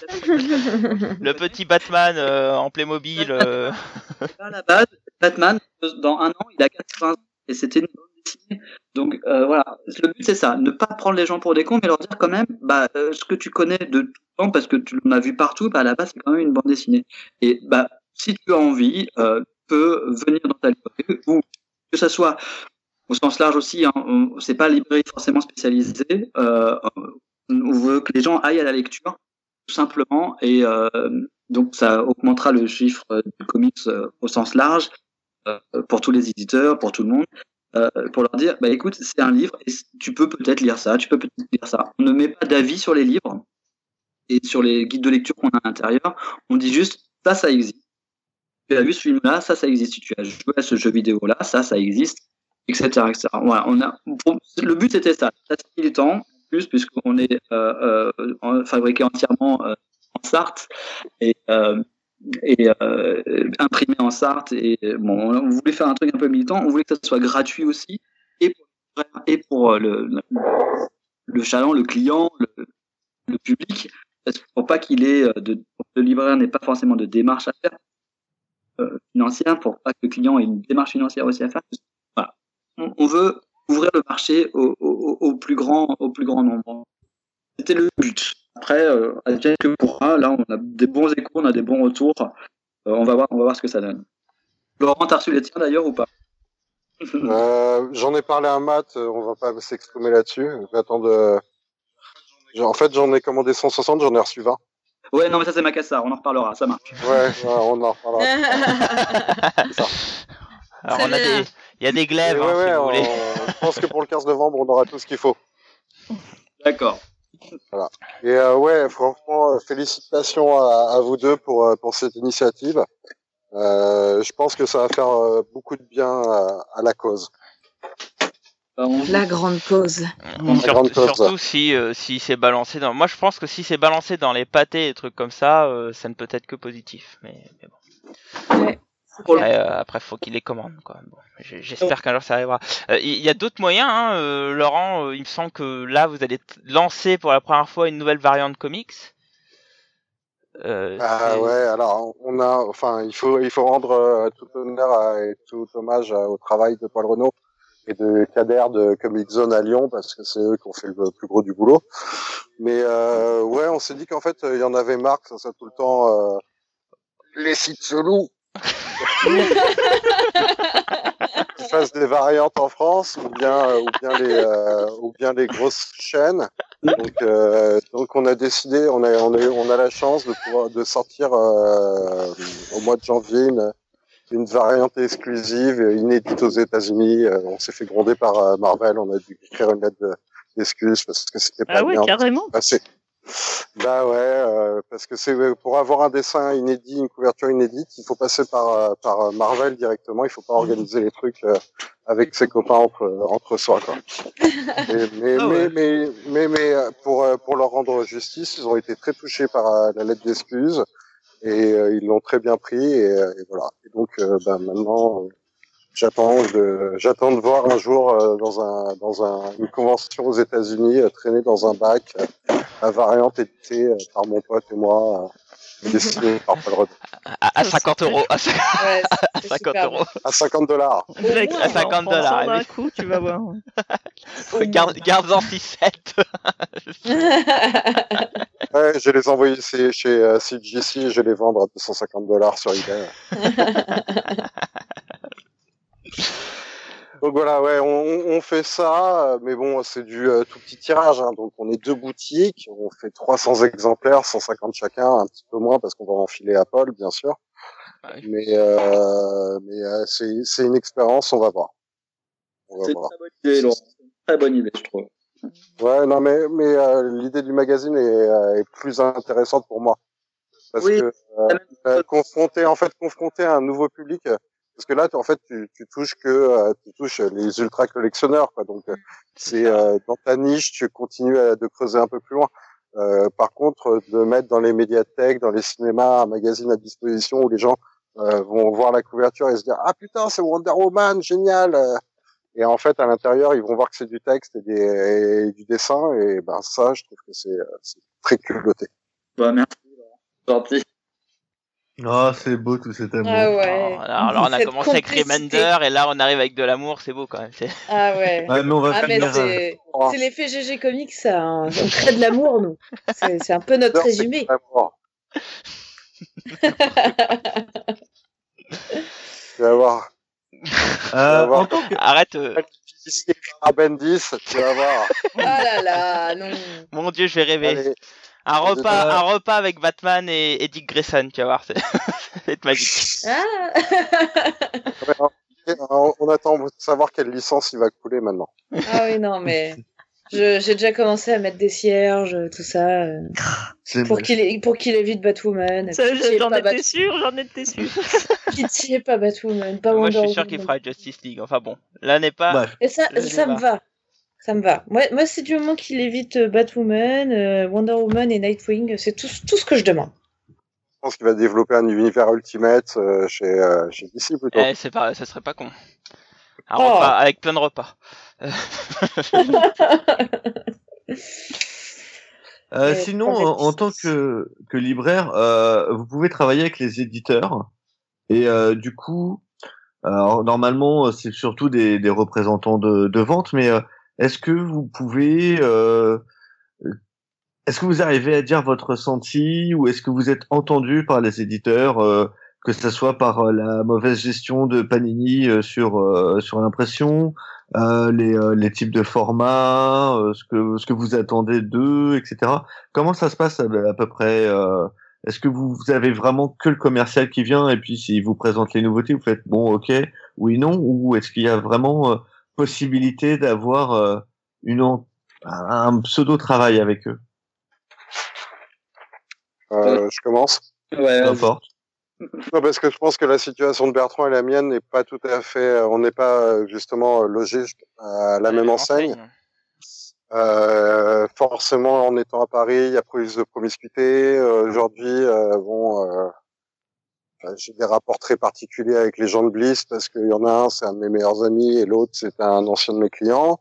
le petit Batman euh, en Playmobil euh... à la base Batman dans un an il a quatre-vingts ans et c'était une bande dessinée donc euh, voilà le but c'est ça, ne pas prendre les gens pour des cons mais leur dire quand même bah euh, ce que tu connais de tout le temps parce que tu l'en as vu partout, bah à la base c'est quand même une bande dessinée et bah si tu as envie euh, peux venir dans ta librairie ou que ça soit au sens large aussi, hein, on, c'est pas librairie forcément spécialisée. Euh, on veut que les gens aillent à la lecture, tout simplement, et euh, donc ça augmentera le chiffre du comics euh, au sens large euh, pour tous les éditeurs, pour tout le monde, euh, pour leur dire, bah écoute, c'est un livre et tu peux peut-être lire ça, tu peux peut-être lire ça. On ne met pas d'avis sur les livres et sur les guides de lecture qu'on a à l'intérieur. On dit juste, ça, ça existe. Tu as vu ce film-là, ça, ça existe. Si tu as joué à ce jeu vidéo-là, ça, ça existe. Etc, et cetera. Voilà, on a, le but c'était ça, ça c'est militant, en plus puisqu'on est euh, euh, fabriqué entièrement euh, en Sarthe et, euh, et euh, imprimé en Sarthe et bon, on voulait faire un truc un peu militant, on voulait que ça soit gratuit aussi et pour, et pour le, le, le chaland, le client, le, le public, parce pour pas qu'il ait de, le libraire n'ait pas forcément de démarche à faire euh, financière, pour pas que le client ait une démarche financière aussi à faire. Voilà. On veut ouvrir le marché au, au, au plus grand, au plus grand nombre. C'était le but. Après, euh, advienne que pourra. Là, on a des bons échos, on a des bons retours. Euh, on va voir, on va voir ce que ça donne. Laurent, t'as reçu les tiens d'ailleurs ou pas? euh, J'en ai parlé à Matt. On va pas s'exprimer là-dessus. J'attends de. En fait, j'en ai commandé cent soixante, j'en ai reçu vingt. Ouais, non, mais ça c'est Macassar. On en reparlera. Ça marche. Ouais, ouais on en reparlera. C'est ça. Alors, on a des, il y a des glaives, hein, ouais, si ouais, vous on... voulez. Je pense que pour le quinze novembre, on aura tout ce qu'il faut. D'accord. Voilà. Et euh, ouais, franchement, félicitations à, à vous deux pour pour cette initiative. Euh, je pense que ça va faire euh, beaucoup de bien à, à la cause. La grande cause. Mmh. Surtout, surtout si euh, si c'est balancé dans. Moi, je pense que si c'est balancé dans les pâtés et trucs comme ça, euh, ça ne peut être que positif. Mais, mais bon. Ouais. Après, euh, après, faut qu'il les commande, quoi. Bon, j'espère qu'un jour ça arrivera. Il euh, y a d'autres moyens, hein, euh, Laurent. Euh, il me semble que là, vous allez t- lancer pour la première fois une nouvelle variante comics. Euh, Ah c'est- ouais, alors on a, enfin, il faut, il faut rendre euh, tout honneur à- et tout hommage à- au travail de Paul Renaud et de Kader de Comic Zone à Lyon parce que c'est eux qui ont fait le plus gros du boulot. Mais euh, ouais, on s'est dit qu'en fait, il y en avait marre que ça soit tout le temps euh, les sites chelous qui fassent des variantes en France ou bien, ou bien les, euh, ou bien les grosses chaînes. Donc, euh, donc on a décidé, on a, on a, on a la chance de pouvoir de sortir euh, au mois de janvier une, une variante exclusive, inédite aux États-Unis. Euh, on s'est fait gronder par euh, Marvel, on a dû écrire une lettre de- d'excuse parce que c'était pas Ah ouais, bien. carrément. Passé. Bah ouais, euh, parce que c'est pour avoir un dessin inédit, une couverture inédite, il faut passer par euh, par Marvel directement. Il faut pas organiser les trucs euh, avec ses copains entre entre soi quoi. Et, mais, Ah ouais. mais mais mais mais euh, pour euh, pour leur rendre justice, ils ont été très touchés par euh, la lettre d'excuse et euh, ils l'ont très bien pris et, euh, et voilà. Et donc euh, bah, maintenant. Euh, J'attends de, j'attends de voir un jour euh, dans un, dans un, une convention aux États-Unis euh, traîner dans un bac euh, la variante éditée euh, par mon pote et moi, euh, dessinée par Paul Renaud. à, à cinquante euros. À, cin- Ouais, à c'est cinquante super euros. À cinquante dollars. Le mec, moins, il va en cinquante prendre dollars, cent d'un oui. coup, tu vas voir. Au Garde, moins. garde-en six sept. Ouais, je vais les envoyer chez, chez euh, C G C et je vais les vendre à deux cent cinquante dollars sur eBay. Donc voilà, ouais, on, on fait ça, euh, mais bon, c'est du euh, tout petit tirage, hein, donc on est deux boutiques, on fait trois cents exemplaires, cent cinquante chacun, un petit peu moins parce qu'on va enfiler à Paul, bien sûr. Ouais. Mais, euh, mais euh, c'est, c'est une expérience, on va voir. On va C'est une voir. très bonne idée, Laurent. C'est une très bonne idée, je trouve. Ouais, non, mais, mais euh, l'idée du magazine est, euh, est plus intéressante pour moi. Parce Oui, que euh, euh, confronter, en fait, confronter à un nouveau public, euh, parce que là, tu, en fait, tu, tu touches que, euh, tu touches les ultra collectionneurs, quoi. Donc, euh, c'est ça. euh, dans ta niche, tu continues à, de creuser un peu plus loin. Euh, par contre, de mettre dans les médiathèques, dans les cinémas, un magazine à disposition où les gens euh, vont voir la couverture et se dire ah putain, c'est Wonder Woman, génial. euh. Et en fait, à l'intérieur, ils vont voir que c'est du texte et, des, et du dessin, et ben ça, je trouve que c'est, c'est très culotté. Bah, merci, Laurent. Gentil. Ah, c'est beau tout cet amour. Ah Oh, ouais. alors, alors, on a Cette commencé avec complicité. Remender et là on arrive avec de l'amour, c'est beau quand même. C'est- Ah ouais. Ouais, mais on va Ah mais finir. euh, c'est c'est l'effet G G Comics, ça. hein. On crée de l'amour, nous. C'est c'est un peu notre D'ailleurs, c'est résumé. l'amour. Tu vas voir. euh, voir. en tant que Arrête. euh, Ici, Bendis, tu vas voir. Ah là là, non. Mon dieu, je vais rêver. Allez, Un repas, Euh, un repas avec Batman et, et Dick Grayson, tu vas voir, c'est- ça va être magique. Ah. on, on attend de savoir quelle licence il va couler maintenant. Ah oui, non, mais je- j'ai déjà commencé à mettre des cierges, tout ça, euh, c'est pour qu'il é- pour qu'il évite Batwoman. Ça, Pitié, j'en pas étais Bat- sûr, j'en étais sûr. Pitié, pas Batwoman, pas Moi, je Wonder suis sûr qu'il Woman. fera Justice League. Enfin bon, là n'est pas. Bref. Et ça, le ça me débat. va. Ça me va. Moi, moi c'est du moment qu'il évite euh, Batwoman, euh, Wonder Woman et Nightwing, c'est tout, tout ce que je demande. Je pense qu'il va développer un univers Ultimate euh, chez, euh, chez D C plutôt. Eh, c'est pas, ça serait pas con. Un Oh. repas avec plein de repas. Euh, Euh, Et sinon, projet en, en tant que, que libraire, euh, vous pouvez travailler avec les éditeurs. Et euh, du coup, alors, normalement, c'est surtout des, des représentants de, de vente, mais euh, est-ce que vous pouvez... Euh, est-ce que vous arrivez à dire votre ressenti ou est-ce que vous êtes entendu par les éditeurs, euh, que ce soit par euh, la mauvaise gestion de Panini euh, sur, euh, sur l'impression, euh, les, euh, les types de formats, euh, ce que ce que vous attendez d'eux, et cetera. Comment ça se passe à, à peu près euh, Est-ce que vous, vous avez vraiment que le commercial qui vient et puis s'il vous présente les nouveautés, vous faites bon, ok, oui, non, ou est-ce qu'il y a vraiment euh, possibilité d'avoir euh, une en- un pseudo travail avec eux? Euh, je commence. Ouais, Peu vas-y. importe. Non, parce que je pense que la situation de Bertrand et la mienne n'est pas tout à fait, on n'est pas euh, justement euh, logés à la même enseigne. Euh, forcément, en étant à Paris, il y a plus de promiscuité. Euh, aujourd'hui, euh, bon, euh, j'ai des rapports très particuliers avec les gens de Bliss parce qu'il y en a un, c'est un de mes meilleurs amis, et l'autre, c'est un ancien de mes clients.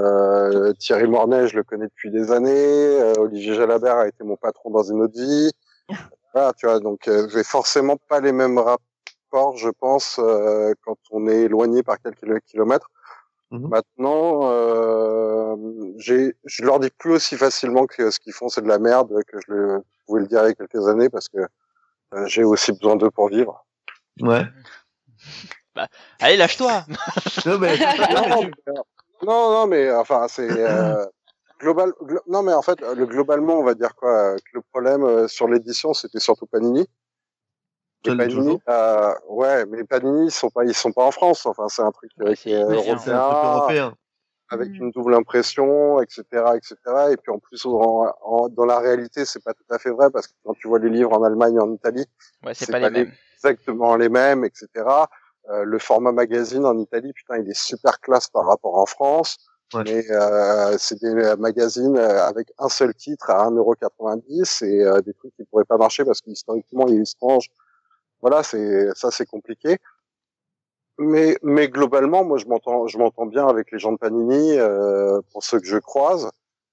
Euh, Thierry Mornay, je le connais depuis des années. Euh, Olivier Jalabert a été mon patron dans une autre vie. Voilà, tu vois, donc euh, j'ai forcément pas les mêmes rapports, je pense, euh, quand on est éloigné par quelques kilomètres. Mhm. Maintenant, euh, j'ai, je leur dis plus aussi facilement que ce qu'ils font c'est de la merde que je le, pouvais le dire il y a quelques années parce que euh, j'ai aussi besoin d'eux pour vivre. Ouais. Bah, allez, lâche-toi. Non, mais, non, mais tu- Non, non, mais enfin c'est euh, global. glo- non, mais en fait, le globalement, on va dire quoi, que le problème euh, sur l'édition, c'était surtout Panini. Ça Et l'est Panini, toujours. euh, ouais, mais Panini, ils sont pas, ils sont pas en France. Enfin, c'est un truc euh, Ouais, qui c'est est italien. C'est un truc européen, européen. avec Mm. une double impression, et cetera, et cetera. Et puis en plus, en, en- dans la réalité, c'est pas tout à fait vrai parce que quand tu vois les livres en Allemagne et en Italie, Ouais, c'est c'est pas, pas les les- mêmes. exactement les mêmes, et cetera. Euh, le format magazine en Italie, putain, il est super classe par rapport en France. Ouais. Mais euh, c'est des euh, magazines euh, avec un seul titre à un euro quatre-vingt-dix et euh, des trucs qui pourraient pas marcher parce qu'historiquement, il est étrange. Voilà, c'est ça, c'est compliqué. Mais, mais globalement, moi, je m'entends, je m'entends bien avec les gens de Panini euh, pour ceux que je croise.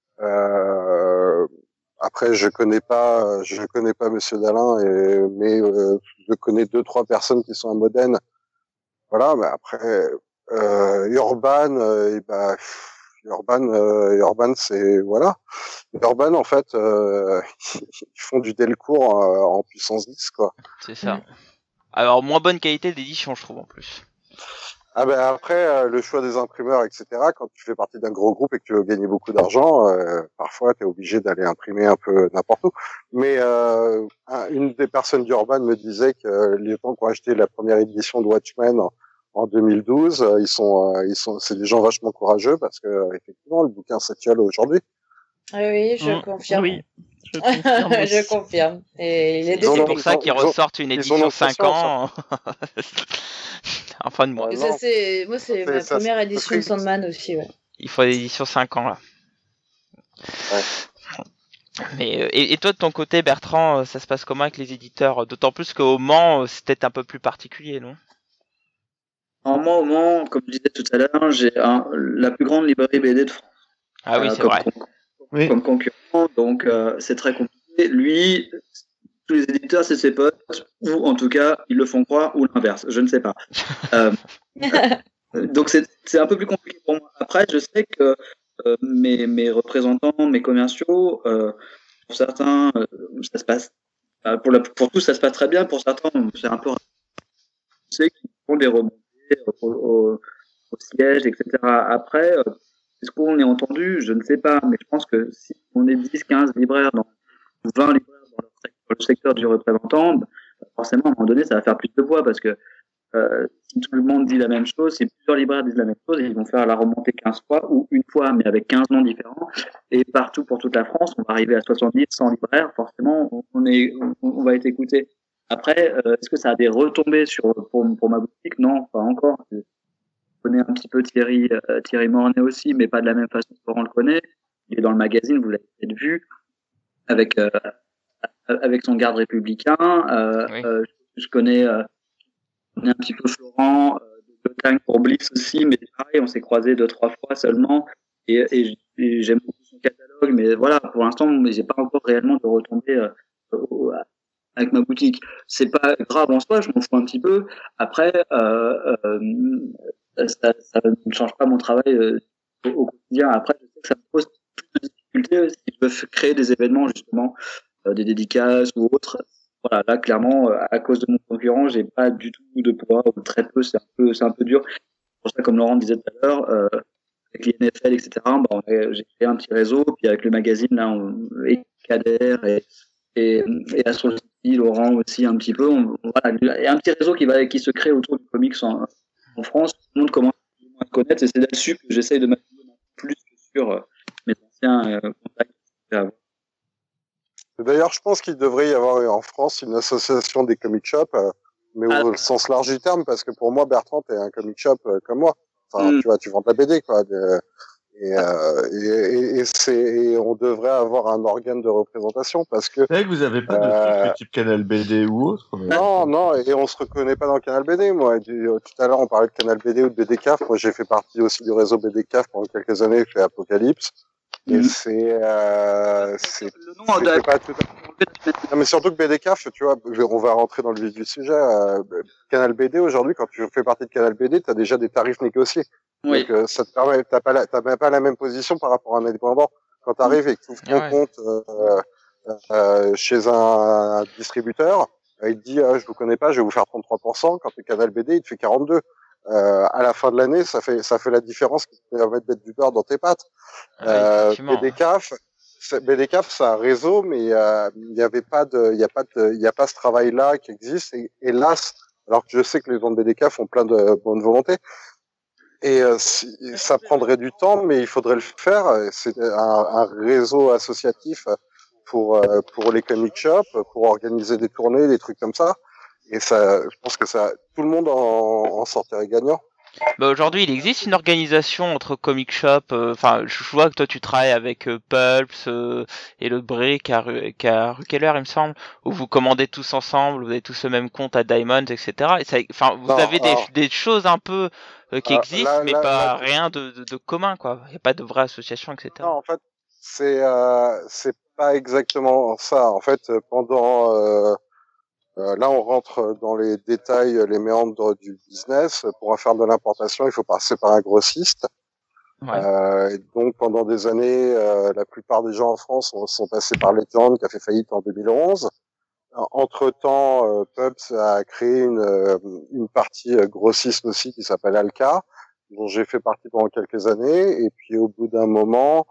Euh, après, je connais pas, je connais pas Monsieur Dalin, et, mais euh, je connais deux, trois personnes qui sont à Modène. Voilà, mais après, euh, Urban, euh, et bah, pff, Urban, euh, Urban, c'est voilà. Urban, en fait, euh, ils font du Delcourt euh, en puissance dix, quoi. C'est ça. Alors, moins bonne qualité d'édition, je trouve, en plus. Ah ben après, euh, le choix des imprimeurs, et cetera. Quand tu fais partie d'un gros groupe et que tu veux gagner beaucoup d'argent, euh, parfois tu es obligé d'aller imprimer un peu n'importe où. Mais euh, un- une des personnes d'Urban me disait que les gens qui ont acheté la première édition de Watchmen en, en deux mille douze, euh, ils sont, euh, ils sont, c'est des gens vachement courageux parce que euh, effectivement le bouquin s'étiole aujourd'hui. Ah oui, je Mm. confirme. Oui, je confirme. je aussi. confirme. Et il est Ils en C'est ont- pour décédé. ça ils ont- qu'ils ils ont- ressortent une ils en édition ont cinq conscience, ans en fin de mois. Ouais, Ça, non. c'est... Moi, c'est C'est- ma ça, première c'est édition de très- Sandman aussi, ouais. Il faut l'édition cinq ans, là. Ouais. Mais, euh, et, et toi, de ton côté, Bertrand, euh, ça se passe comment avec les éditeurs? D'autant plus qu'au Mans, euh, c'est peut-être un peu plus particulier, non? Alors moi, au Mans, comme je disais tout à l'heure, j'ai un- la plus grande librairie B D de France. Ah oui, euh, c'est comme, vrai. con- Oui. comme concurrent, donc euh, c'est très compliqué. Lui, tous les éditeurs, c'est ses potes, ou en tout cas, ils le font croire, ou l'inverse, je ne sais pas. Euh, euh, donc c'est c'est un peu plus compliqué pour moi. Après, je sais que euh, mes, mes représentants, mes commerciaux, euh, pour certains, euh, ça se passe, euh, pour, la, pour tous, ça se passe très bien. Pour certains, c'est un peu, je sais qu'ils font des remontées au, au, au siège, et cetera. Après, euh, est-ce qu'on est entendu? Je ne sais pas, mais je pense que si on est dix, quinze libraires dans, ou vingt libraires dans le secteur, le secteur du représentant, bah, forcément, à un moment donné, ça va faire plus de poids parce que euh, si tout le monde dit la même chose, si plusieurs libraires disent la même chose, ils vont faire la remontée quinze fois ou une fois, mais avec quinze noms différents. Et partout pour toute la France, on va arriver à soixante-dix, cent libraires. Forcément, on, est, on, on va être écouté. Après, euh, est-ce que ça a des retombées sur pour, pour ma boutique? Non, pas encore. Je connais un petit peu Thierry euh, Thierry Mornay aussi, mais pas de la même façon que Laurent le connaît. Il est dans le magazine, vous l'avez peut-être vu, avec euh, avec son garde républicain. Euh, Oui. euh, je connais euh, on est un petit peu Florent, euh, de Tank pour Blitz aussi, mais pareil, on s'est croisés deux, trois fois seulement, et, et, et j'aime beaucoup son catalogue, mais voilà, pour l'instant, mais j'ai pas encore réellement de retombées euh, au- avec ma boutique. C'est pas grave en soi, je m'en fous un petit peu. Après, euh, euh, ça, ça ne change pas mon travail euh, au, au quotidien. Après, je sais que ça me pose plus de difficultés si je veux créer des événements, justement, euh, des dédicaces ou autres. Voilà, là, clairement, à cause de mon concurrent, j'ai pas du tout de poids, ou très peu, c'est un peu, c'est un peu dur. C'est pour ça, comme Laurent disait tout à l'heure, euh, avec l'I N F L, et cetera, bah, j'ai créé un petit réseau, puis avec le magazine, là, on, et Kader, et, et, et Astro City, Laurent aussi, un petit peu, on, voilà, il y a un petit réseau qui va, qui se crée autour du comics en, en France, tout le monde commence à me connaître, et c'est là-dessus que j'essaye de m'appuyer plus que sur euh, mes anciens euh, contacts, et cetera. D'ailleurs, je pense qu'il devrait y avoir en France une association des comic shops, euh, mais Ah. au sens large du terme, parce que pour moi, Bertrand, t'es un comic shop euh, comme moi. Enfin, Mm. tu vois, tu vends de la B D, quoi. De, et, euh, et, et, et, c'est, et on devrait avoir un organe de représentation, parce que C'est vrai que vous avez pas de Euh, trucs type Canal B D ou autre. mais- non, non, et on se reconnaît pas dans le Canal B D. Moi, du, tout à l'heure, on parlait de Canal B D ou de B D C A F. Moi, j'ai fait partie aussi du réseau B D C A F pendant quelques années chez Apocalypse. Mais Mhm. c'est, euh, c'est, Le nom c'est de c'est pas tout à- Non, mais surtout que B D C A F, tu vois, je- on va rentrer dans le vif du sujet. euh, Canal B D, aujourd'hui, quand tu fais partie de Canal B D, tu as déjà des tarifs négociés. Oui. Donc, euh, ça te permet, t'as pas la, t'as même pas la même position par rapport à un indépendant. Quand tu arrives et que tu ouvres ton Ouais. compte euh, euh, chez un, un distributeur, euh, il te dit, euh, je vous connais pas, je vais vous faire trente-trois pour cent. Quand tu es Canal B D, il te fait quarante-deux. Euh, à la fin de l'année, ça fait, ça fait la différence qui te permet de mettre du beurre dans tes pâtes. Ouais, Euh, effectivement. B D C A F, c'est- B D C A F, c'est un réseau, mais euh, il n'y avait pas de, il y a pas de, il y a pas ce travail-là qui existe. Et hélas, alors que je sais que les gens de B D C A F ont plein de bonne volonté, et euh, si- ça prendrait du temps, mais il faudrait le faire. C'est un, un réseau associatif pour euh, pour les comic shops, pour organiser des tournées, des trucs comme ça. Et ça, je pense que ça, tout le monde en, en sortirait gagnant. Bah aujourd'hui, il existe une organisation entre comic shop. euh, Enfin, je je vois que toi tu travailles avec euh, Pulps euh, et le Brick à, Ru- qu'à Rukeller, il me semble, où vous commandez tous ensemble, vous avez tous le même compte à Diamond, et cetera. Et ça, enfin, vous Non, avez des, alors, des choses un peu euh, qui euh, existent, là, mais là, pas là, rien de, de, de commun, quoi. Il n'y a pas de vraie association, et cetera. non, en fait, c'est euh, c'est pas exactement ça. En fait, pendant euh, euh, là, on rentre dans les détails, les méandres du business. Pour faire de l'importation, il faut passer par un grossiste. Ouais. Euh, et donc, pendant des années, euh, la plupart des gens en France sont, sont passés par Legend, qui a fait faillite en deux mille onze. Entre-temps, euh, Pubs a créé une, euh, une partie euh, grossiste aussi qui s'appelle Alka, dont j'ai fait partie pendant quelques années. Et puis, au bout d'un moment,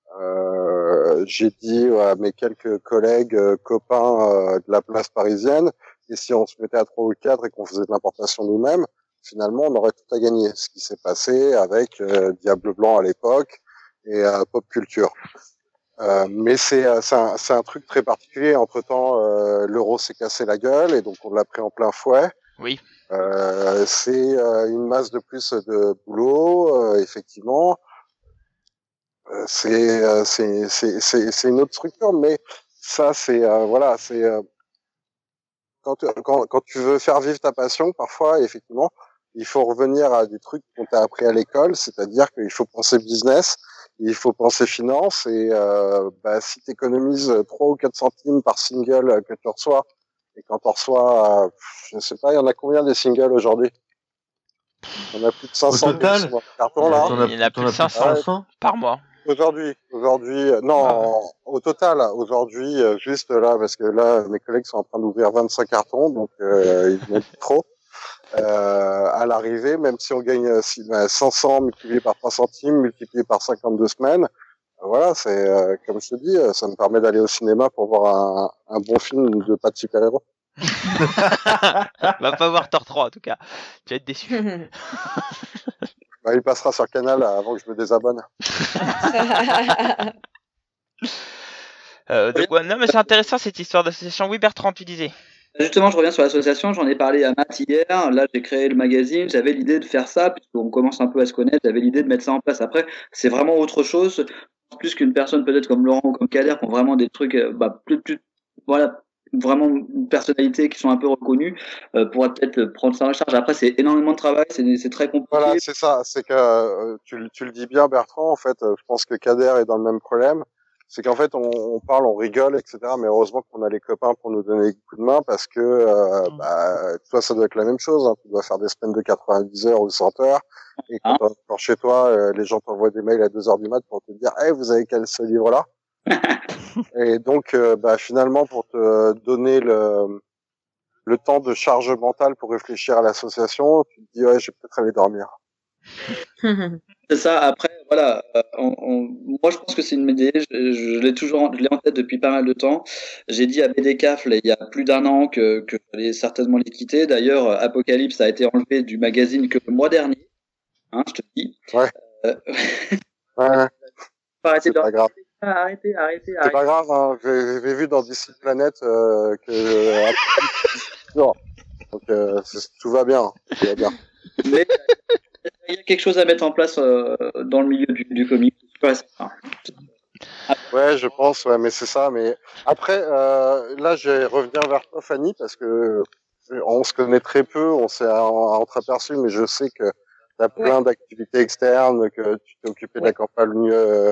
euh, j'ai dit à mes quelques collègues, euh, copains euh, de la place parisienne, et si on se mettait à trois ou quatre et qu'on faisait de l'importation nous-mêmes, finalement, on aurait tout à gagner. Ce qui s'est passé avec euh, Diable Blanc à l'époque et euh, Pop Culture. Euh, mais c'est euh, c'est un, c'est un truc très particulier. Entre-temps, euh, l'euro s'est cassé la gueule et donc on l'a pris en plein fouet. Oui. Euh, c'est euh, une masse de plus de boulot, euh, effectivement. Euh, c'est euh, c'est c'est c'est c'est une autre structure, mais ça c'est euh, voilà, c'est euh, quand tu- quand quand tu veux faire vivre ta passion, parfois effectivement, il faut revenir à des trucs qu'on t'a appris à l'école, c'est-à-dire qu'il faut penser business, il faut penser finance et euh, bah, si tu économises trois ou quatre centimes par single que tu reçois et quand tu reçois, euh, je sais pas, il y en a combien des singles aujourd'hui? Il y en a plus de cinq cents Au total, qui sont dans le carton là. t'en as, Il y en a t'en plus de as plus de cinq cents Ouais. cinq cents. par mois. Aujourd'hui, aujourd'hui, euh, non, Ah ouais. au total, aujourd'hui, euh, juste là, parce que là, mes collègues sont en train d'ouvrir vingt-cinq cartons, donc euh, ils m'ont dit trop. Euh, à l'arrivée, même si on gagne euh, si, ben, cinq cents multiplié par trois centimes, multiplié par cinquante-deux semaines, euh, voilà, c'est euh, comme je te dis, euh, ça me permet d'aller au cinéma pour voir un, un bon film de pas de super-héros. Va pas voir Thor trois en tout cas. Tu vas être déçu. Bah, il passera sur Canal avant que je me désabonne. Euh, donc ouais, non mais c'est intéressant cette histoire d'association. Oui Bertrand, tu disais. Justement, je reviens sur l'association, j'en ai parlé à Matt hier, là j'ai créé le magazine, j'avais l'idée de faire ça, puisqu'on commence un peu à se connaître, j'avais l'idée de mettre ça en place. Après, c'est vraiment autre chose, plus qu'une personne peut-être comme Laurent ou comme Kader, qui ont vraiment des trucs, euh, bah, plus, plus, voilà, vraiment une personnalité qui sont un peu reconnues, euh, pourrait peut-être prendre ça en charge. Après, c'est énormément de travail, c'est, c'est très compliqué. Voilà, c'est ça, c'est que euh, tu, tu le dis bien, Bertrand, en fait, euh, je pense que Kader est dans le même problème. C'est qu'en fait, on, on parle, on rigole, et cetera. Mais heureusement qu'on a les copains pour nous donner des coups de main parce que euh, bah, toi, ça doit être la même chose. Hein. Tu dois faire des semaines de quatre-vingt-dix heures ou cent heures. Et quand Hein t'es encore chez toi, euh, les gens t'envoient des mails à deux heures du mat pour te dire hey, « vous avez quel ce livre-là ?» Et donc, euh, bah, finalement, pour te donner le, le temps de charge mentale pour réfléchir à l'association, tu te dis « ouais, je vais peut-être aller dormir ». C'est ça. Après, voilà, euh, on, on- moi je pense que c'est une idée. Je, je l'ai toujours, en- je l'ai en tête depuis pas mal de temps. J'ai dit à B D C A F là, il y a plus d'un an que que j'allais certainement les quitter. D'ailleurs, euh, Apocalypse a été enlevé du magazine que le mois dernier. Hein, je te dis. Ouais. Euh, Ouais, faut arrêter c'est de pas grave. arrêtez, arrêtez, C'est arrêtez. pas grave, hein. J'ai j'ai vu dans Disney Planet euh, que euh, non. Donc euh, c'est- tout va bien, tout va bien. Mais il y a quelque chose à mettre en place euh, dans le milieu du, du comic. Ouais, c'est ça. Ouais, je pense, ouais, mais c'est ça. Mais après, euh, là, je vais revenir vers toi, Fanny, parce que on se connaît très peu, on s'est en- entreaperçu, mais je sais que t'as plein d'activités externes, que tu t'es occupé de la Ouais. campagne euh,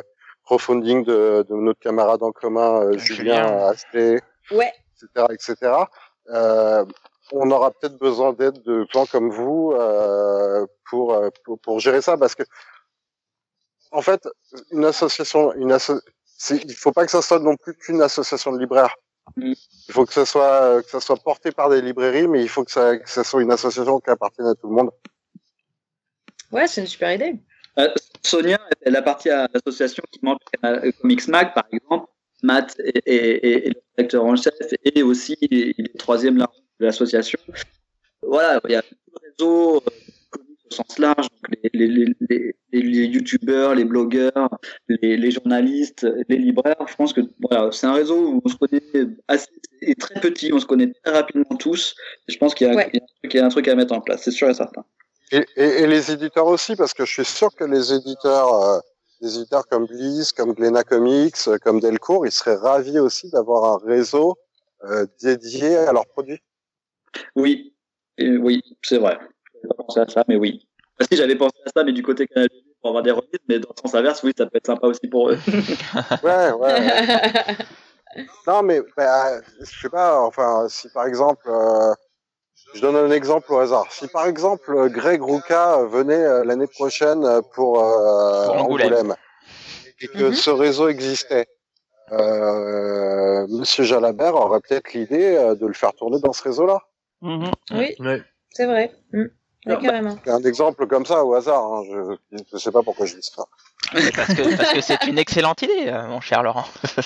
crowdfunding de, de notre camarade en commun, euh, Julien, Julien. H P, Ouais. et cetera, et cetera. Euh, on aura peut-être besoin d'aide de gens comme vous euh, pour, pour pour gérer ça, parce que en fait, une association, une asso... c'est, il faut pas que ça soit non plus qu'une association de libraires. Mm. Il faut que ça soit que ça soit porté par des librairies, mais il faut que ça que ça soit une association qui appartienne à tout le monde. Ouais, c'est une super idée. Euh, Sonia, elle appartient à l'association qui manque à Comics Mag, par exemple. Matt est, est, est le directeur en chef et aussi il est troisième large de l'association. Voilà, il y a tout le réseau euh, comics au sens large, donc les, les, les, les, les youtubeurs, les blogueurs, les, les journalistes, les libraires. Je pense que voilà, c'est un réseau où on se connaît assez, et très petit, on se connaît très rapidement tous. Et je pense qu'il y a, Ouais. il y a, un truc, il y a un truc à mettre en place, c'est sûr et certain. Et, et, et les éditeurs aussi, parce que je suis sûr que les éditeurs, euh, des éditeurs comme Bliss, comme Glénat Comics, euh, comme Delcourt, ils seraient ravis aussi d'avoir un réseau euh, dédié à leurs produits. Oui, et oui, c'est vrai. J'avais pas pensé à ça, mais oui. Enfin, si j'avais pensé à ça, mais du côté canadien pour avoir des releases, mais dans le sens inverse, oui, ça peut être sympa aussi pour eux. Ouais, ouais. ouais. Non, mais bah, je sais pas. Enfin, si par exemple, euh, je donne un exemple au hasard. Si par exemple Greg Rucka venait euh, l'année prochaine pour, euh, Pour Angoulême. Angoulême et que Mhm. ce réseau existait, euh, Monsieur Jalabert aurait peut-être l'idée euh, de le faire tourner dans ce réseau-là. Mhm. Oui, Ouais. c'est vrai. Mm. Ouais, Alors, carrément. C'est un exemple comme ça au hasard. Hein. Je, je sais pas pourquoi je dis ça. Mais parce que parce que c'est une excellente idée, euh, mon cher Laurent.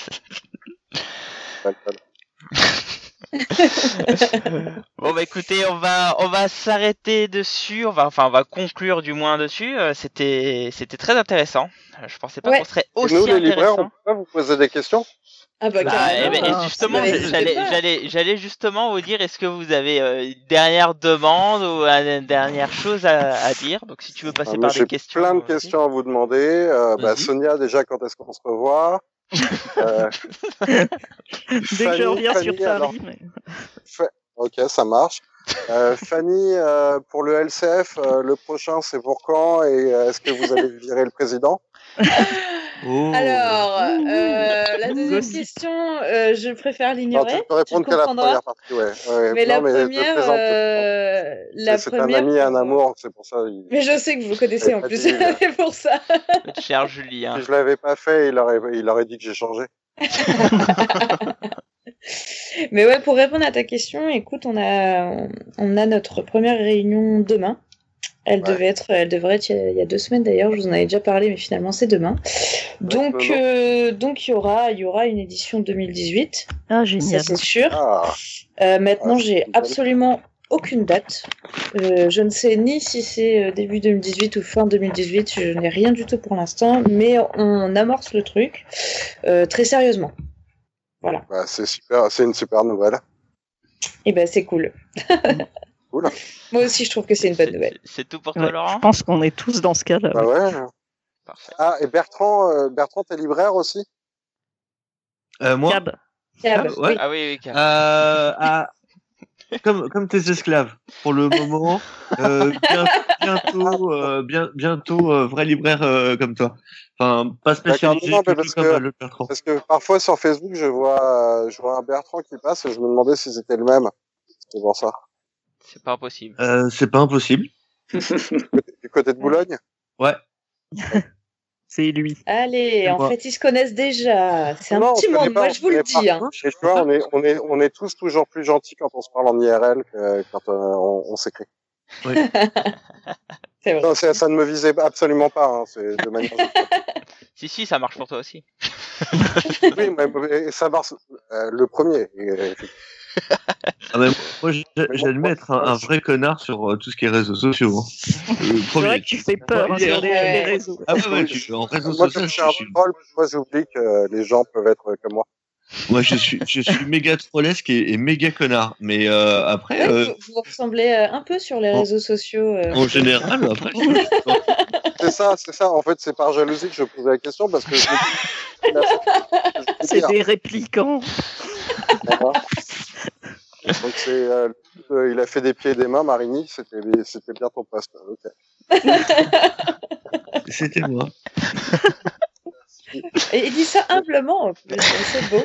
Bon bah écoutez, on va on va s'arrêter dessus, on va enfin on va conclure du moins dessus. Euh, C'était c'était très intéressant. Euh, Je pensais pas Ouais. qu'on serait Et aussi nous, les libraires, on intéressant. peut pas vous poser des questions? Ah bah, Bah, carrément. eh ben, et hein, justement, bah, je- n'hésitez j'allais, pas. j'allais, j'allais justement vous dire, est-ce que vous avez euh, une dernière demande ou une dernière chose à, à dire? Donc, si tu veux passer Ah, moi, par des j'ai questions. plein de vas-y. questions à vous demander. Euh, bah, Vas-y. Sonia, déjà, quand est-ce qu'on se revoit? euh, Dès que je Fanny, reviens sur Fanny, alors, Paris. Mais... Fa- ok, ça marche. Euh, Fanny, euh, pour le L C F, euh, le prochain, c'est pour quand? Et euh, est-ce que vous allez virer le président? Oh. Alors, Ouh, euh, la deuxième gossip. question, euh, je préfère Non, tu l'ignorer. ne peux répondre Tu qu'à la comprendras. première partie, ouais. ouais. Mais non, la mais je première, plaisante. euh, la C'est, c'est première. un ami et un euh, amour, c'est pour ça. Il... Mais je sais que vous le connaissez Il en m'a plus, dit, euh, c'est pour ça. Cher Julien. Si je l'avais pas fait, il aurait, il aurait dit que j'ai changé. Mais ouais, pour répondre à ta question, écoute, on a, on a notre première réunion demain. Elle Ouais. devait être, elle devrait être il y a- il y a deux semaines d'ailleurs. Je vous en avais déjà parlé, mais finalement c'est demain. Donc, non, non. euh, donc il y aura, il y aura une édition deux mille dix-huit. Ah, Ça génial. c'est sûr. Ah, Euh, maintenant, Ah, c'est j'ai une absolument aucune date. Euh, je ne sais ni si c'est euh, début deux mille dix-huit ou fin deux mille dix-huit. Je n'ai rien du tout pour l'instant, mais on amorce le truc euh, très sérieusement. Voilà. bah, c'est super, c'est une super nouvelle. Et ben c'est cool. Cool. Moi aussi, je trouve que c'est une bonne C'est- nouvelle. C'est tout pour toi, Ouais, je Laurent? pense qu'on est tous dans ce cas-là. Bah ouais. Parfait. Ah, et Bertrand, euh, Bertrand, t'es libraire aussi? Euh, moi, Cab. Cab, Ah, ouais. oui. Ah oui, oui, carrément. euh, ah, comme, comme tes esclaves, pour le moment, euh, bien- bientôt, euh, bien, bientôt, euh, vrai libraire euh, comme toi. Enfin, pas spécialisé non, mais plutôt parce comme que- euh, le Bertrand. Parce que parfois sur Facebook, je vois, euh, je vois un Bertrand qui passe et je me demandais si c'était le même. C'est pour ça. C'est pas impossible. Euh, c'est pas impossible. Du côté de Boulogne? Ouais. C'est lui. Allez, C'est en moi. fait, ils se connaissent déjà. C'est un Non, on petit se connaît monde, pas, moi on je vous le se connaît dis. Hein. Et tu vois, on est, on est, on est tous toujours plus gentils quand on se parle en I R L que quand euh, on, on s'écrit. C'est vrai. Non, c'est- ça ne me visait absolument pas, hein, c'est de manière. Si, si, ça marche pour toi aussi. Oui, mais, et ça marche, euh, le premier. Et, euh, Ah, mais moi, j'ai- j'admets être un, un vrai connard sur euh, tout ce qui est réseaux sociaux. Hein. Euh, C'est premier. vrai que tu fais peur hein, sur les, Ouais. les réseaux. Ah ouais, ouais, tu, en réseaux moi, sociaux, comme je je suis un suis, troll, moi, j'oublie que les gens peuvent être comme moi. moi, je suis, je suis méga trollesque et, et méga connard. Mais euh, après, Ouais, euh, vous, vous ressemblez euh, un peu sur les en- réseaux sociaux. euh. en général, après, je- C'est ça, c'est ça. En fait, c'est par jalousie que je posais la question parce que je me dis, il a fait- je veux C'est dire, des réplicants. voilà. Donc c'est, euh, euh, il a fait des pieds et des mains, Marini. C'était, c'était bien ton poste. Ok. c'était moi. Et il dit ça humblement, en plus, c'est beau.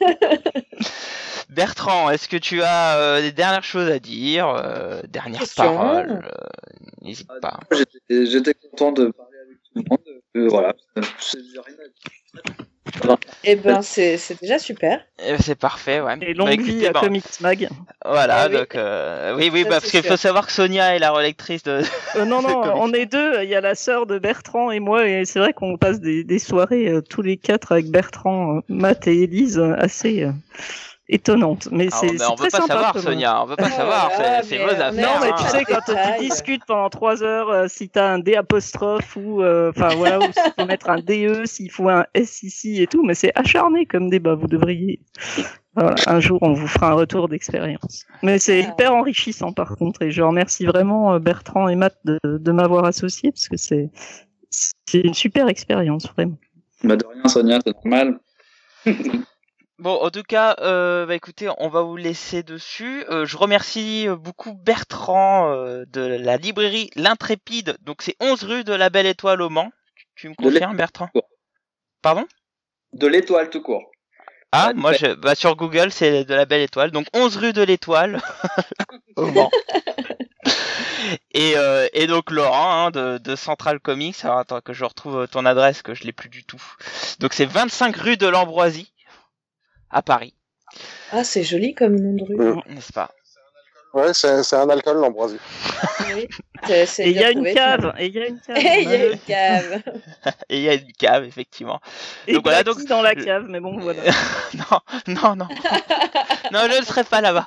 Bertrand, est-ce que tu as euh, des dernières choses à dire, euh, dernières Question. paroles euh, N'hésite pas. J'étais, j'étais content de parler avec tout le monde. Euh, voilà. C'est- j'ai rien à dire. Voilà. Eh ben, c'est c'est déjà super. Euh, C'est parfait, ouais. Et longue Bah, vie écoutez, à bon, Comics Mag. voilà, Ah oui. donc euh, oui, oui, Ça, bah, c'est parce qu'il sûr. faut savoir que Sonia est la relectrice de. Euh, non, non, Comics. on est deux. Il y a la sœur de Bertrand et moi, et c'est vrai qu'on passe des, des soirées euh, tous les quatre avec Bertrand, euh, Matt et Élise, euh, assez euh, étonnantes. Mais Ah, c'est mais c'est on veut très pas sympa. savoir, comme- Sonia, on veut pas Oh savoir, là, c'est c'est mais vos on est affaires. Non, mais Ah, tu hein. sais, quand détail. tu discutes pendant trois heures, euh, si t'as un D apostrophe ou, euh, enfin voilà, ou s'il faut mettre un D E, s'il faut un S ici et tout, mais c'est acharné comme débat. Vous devriez. Voilà, un jour, on vous fera un retour d'expérience. Mais c'est Ah. hyper enrichissant par contre, et je remercie vraiment euh, Bertrand et Matt de, de m'avoir associé parce que c'est c'est une super expérience vraiment. Bah, de rien, Sonia, c'est normal. Bon, en tout cas, euh, bah écoutez, on va vous laisser dessus. Euh, je remercie euh, beaucoup Bertrand euh, de la librairie L'Intrépide. Donc c'est onze rue de la Belle Étoile au Mans. Tu, tu me De l'É- confirmes, Bertrand? Pardon? De l'étoile tout court. Ah, Ouais, moi, ouais. je, bah sur Google, c'est de la Belle Étoile. Donc onze rue de l'Étoile au Mans. Et, euh, et donc Laurent hein, de, de Central Comics. Alors attends que je retrouve ton adresse que je l'ai plus du tout. Donc c'est vingt-cinq rue de l'Ambroisie à Paris, Ah, c'est joli comme nom de rue. Mm. n'est-ce pas? Ouais, c'est c'est un alcool, l'ambroisie. Oui. C'est- c'est Et il y a bien une trouvé, cave, et il y a une cave. Et il y a une cave. Et il y a une cave effectivement. Et Donc voilà, Blackie donc- dans la cave, mais bon voilà. non, non, non. Non, je ne serai pas là-bas.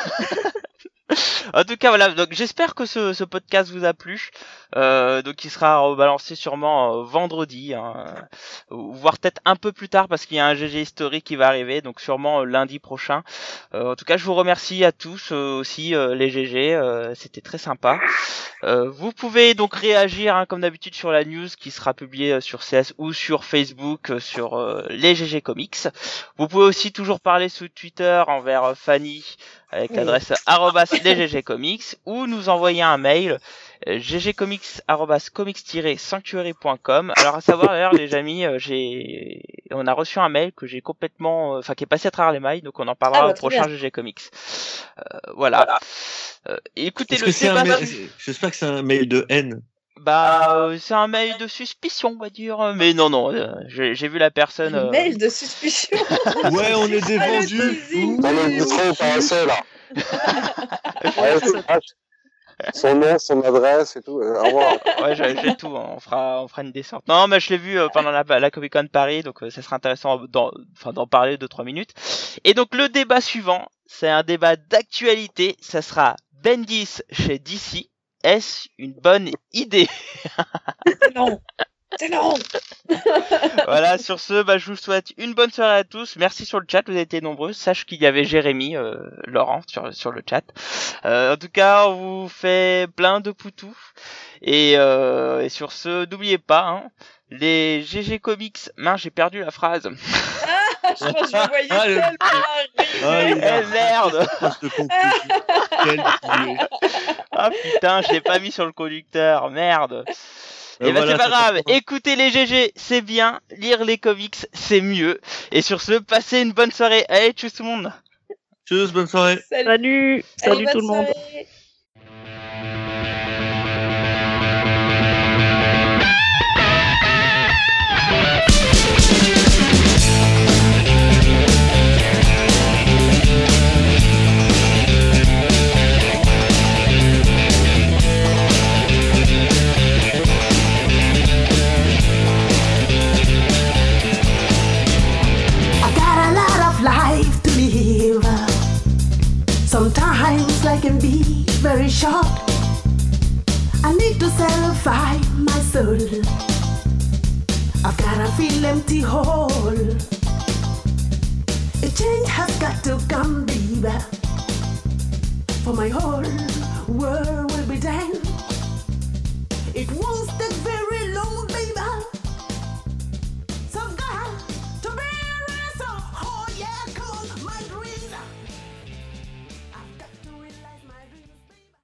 En tout cas, voilà. Donc, j'espère que ce, ce podcast vous a plu. Euh, donc, il sera rebalancé sûrement euh, vendredi, hein, ou voire peut-être un peu plus tard parce qu'il y a un G G historique qui va arriver. Donc, sûrement euh, lundi prochain. Euh, en tout cas, je vous remercie à tous euh, aussi euh, les G G. Euh, c'était très sympa. Euh, vous pouvez donc réagir hein, comme d'habitude sur la news qui sera publiée euh, sur C S ou sur Facebook euh, sur euh, les G G Comics. Vous pouvez aussi toujours parler sur Twitter envers euh, Fanny avec Oui. l'adresse arobase les G G Comics ou nous envoyer un mail euh, ggcomics arobase comics tiret sanctuary point com. Alors à savoir d'ailleurs les amis, euh, j'ai on a reçu un mail que j'ai complètement, enfin euh, qui est passé à travers les mailles, donc on en parlera Ah, bah, au très prochain bien. G G Comics. Euh, voilà. Euh, écoutez Est-ce le que c'est un débat. mail... J'espère que c'est un mail de haine. Bah, euh, c'est un mail de suspicion, on va dire. Mais non, non, euh, j'ai j'ai vu la personne. Un euh, mail de suspicion. Ouais, on est des Ah, le vendus. teasing. On est Oui, trop on- pas assez, là. Ouais, c'est vache. Son nom, son adresse et tout. Euh, au revoir. Ouais, j'ai j'ai tout. hein, On fera, on fera une descente. Non, mais je l'ai vu euh, pendant la, la Comic Con de Paris, donc euh, ça sera intéressant d'en, enfin d'en parler deux trois minutes. Et donc le débat suivant, c'est un débat d'actualité. Ça sera Bendis chez D C. Est-ce une bonne idée? C'est long. C'est long. Voilà, sur ce, bah, je vous souhaite une bonne soirée à tous. Merci sur le chat, vous avez été nombreux. Sache qu'il y avait Jérémy, euh, Laurent sur, sur le chat. Euh, en tout cas, on vous fait plein de poutous. Et, euh, et sur ce, n'oubliez pas, hein, les G G Comics... Mince, j'ai perdu la phrase. Je pense que je me voyais Ah, le- tellement Ah, arriver. il a- Eh merde. Phrase de conclusion. Quel boulet. Ah putain, je l'ai pas mis sur le conducteur, merde. Euh, Et bah voilà, c'est pas ça grave, fait- écouter les G G c'est bien, lire les comics c'est mieux. Et sur ce, passez une bonne soirée. Allez, tchuss tout le monde. Tchuss, bonne soirée. Salut. Salut, salut Allez, bonne tout le monde. soirée. I got a lot of life to live. Sometimes life can be very short. I need to satisfy my soul. I've gotta feel empty hole. A change has got to come, baby. For my whole world will be done. It won't take very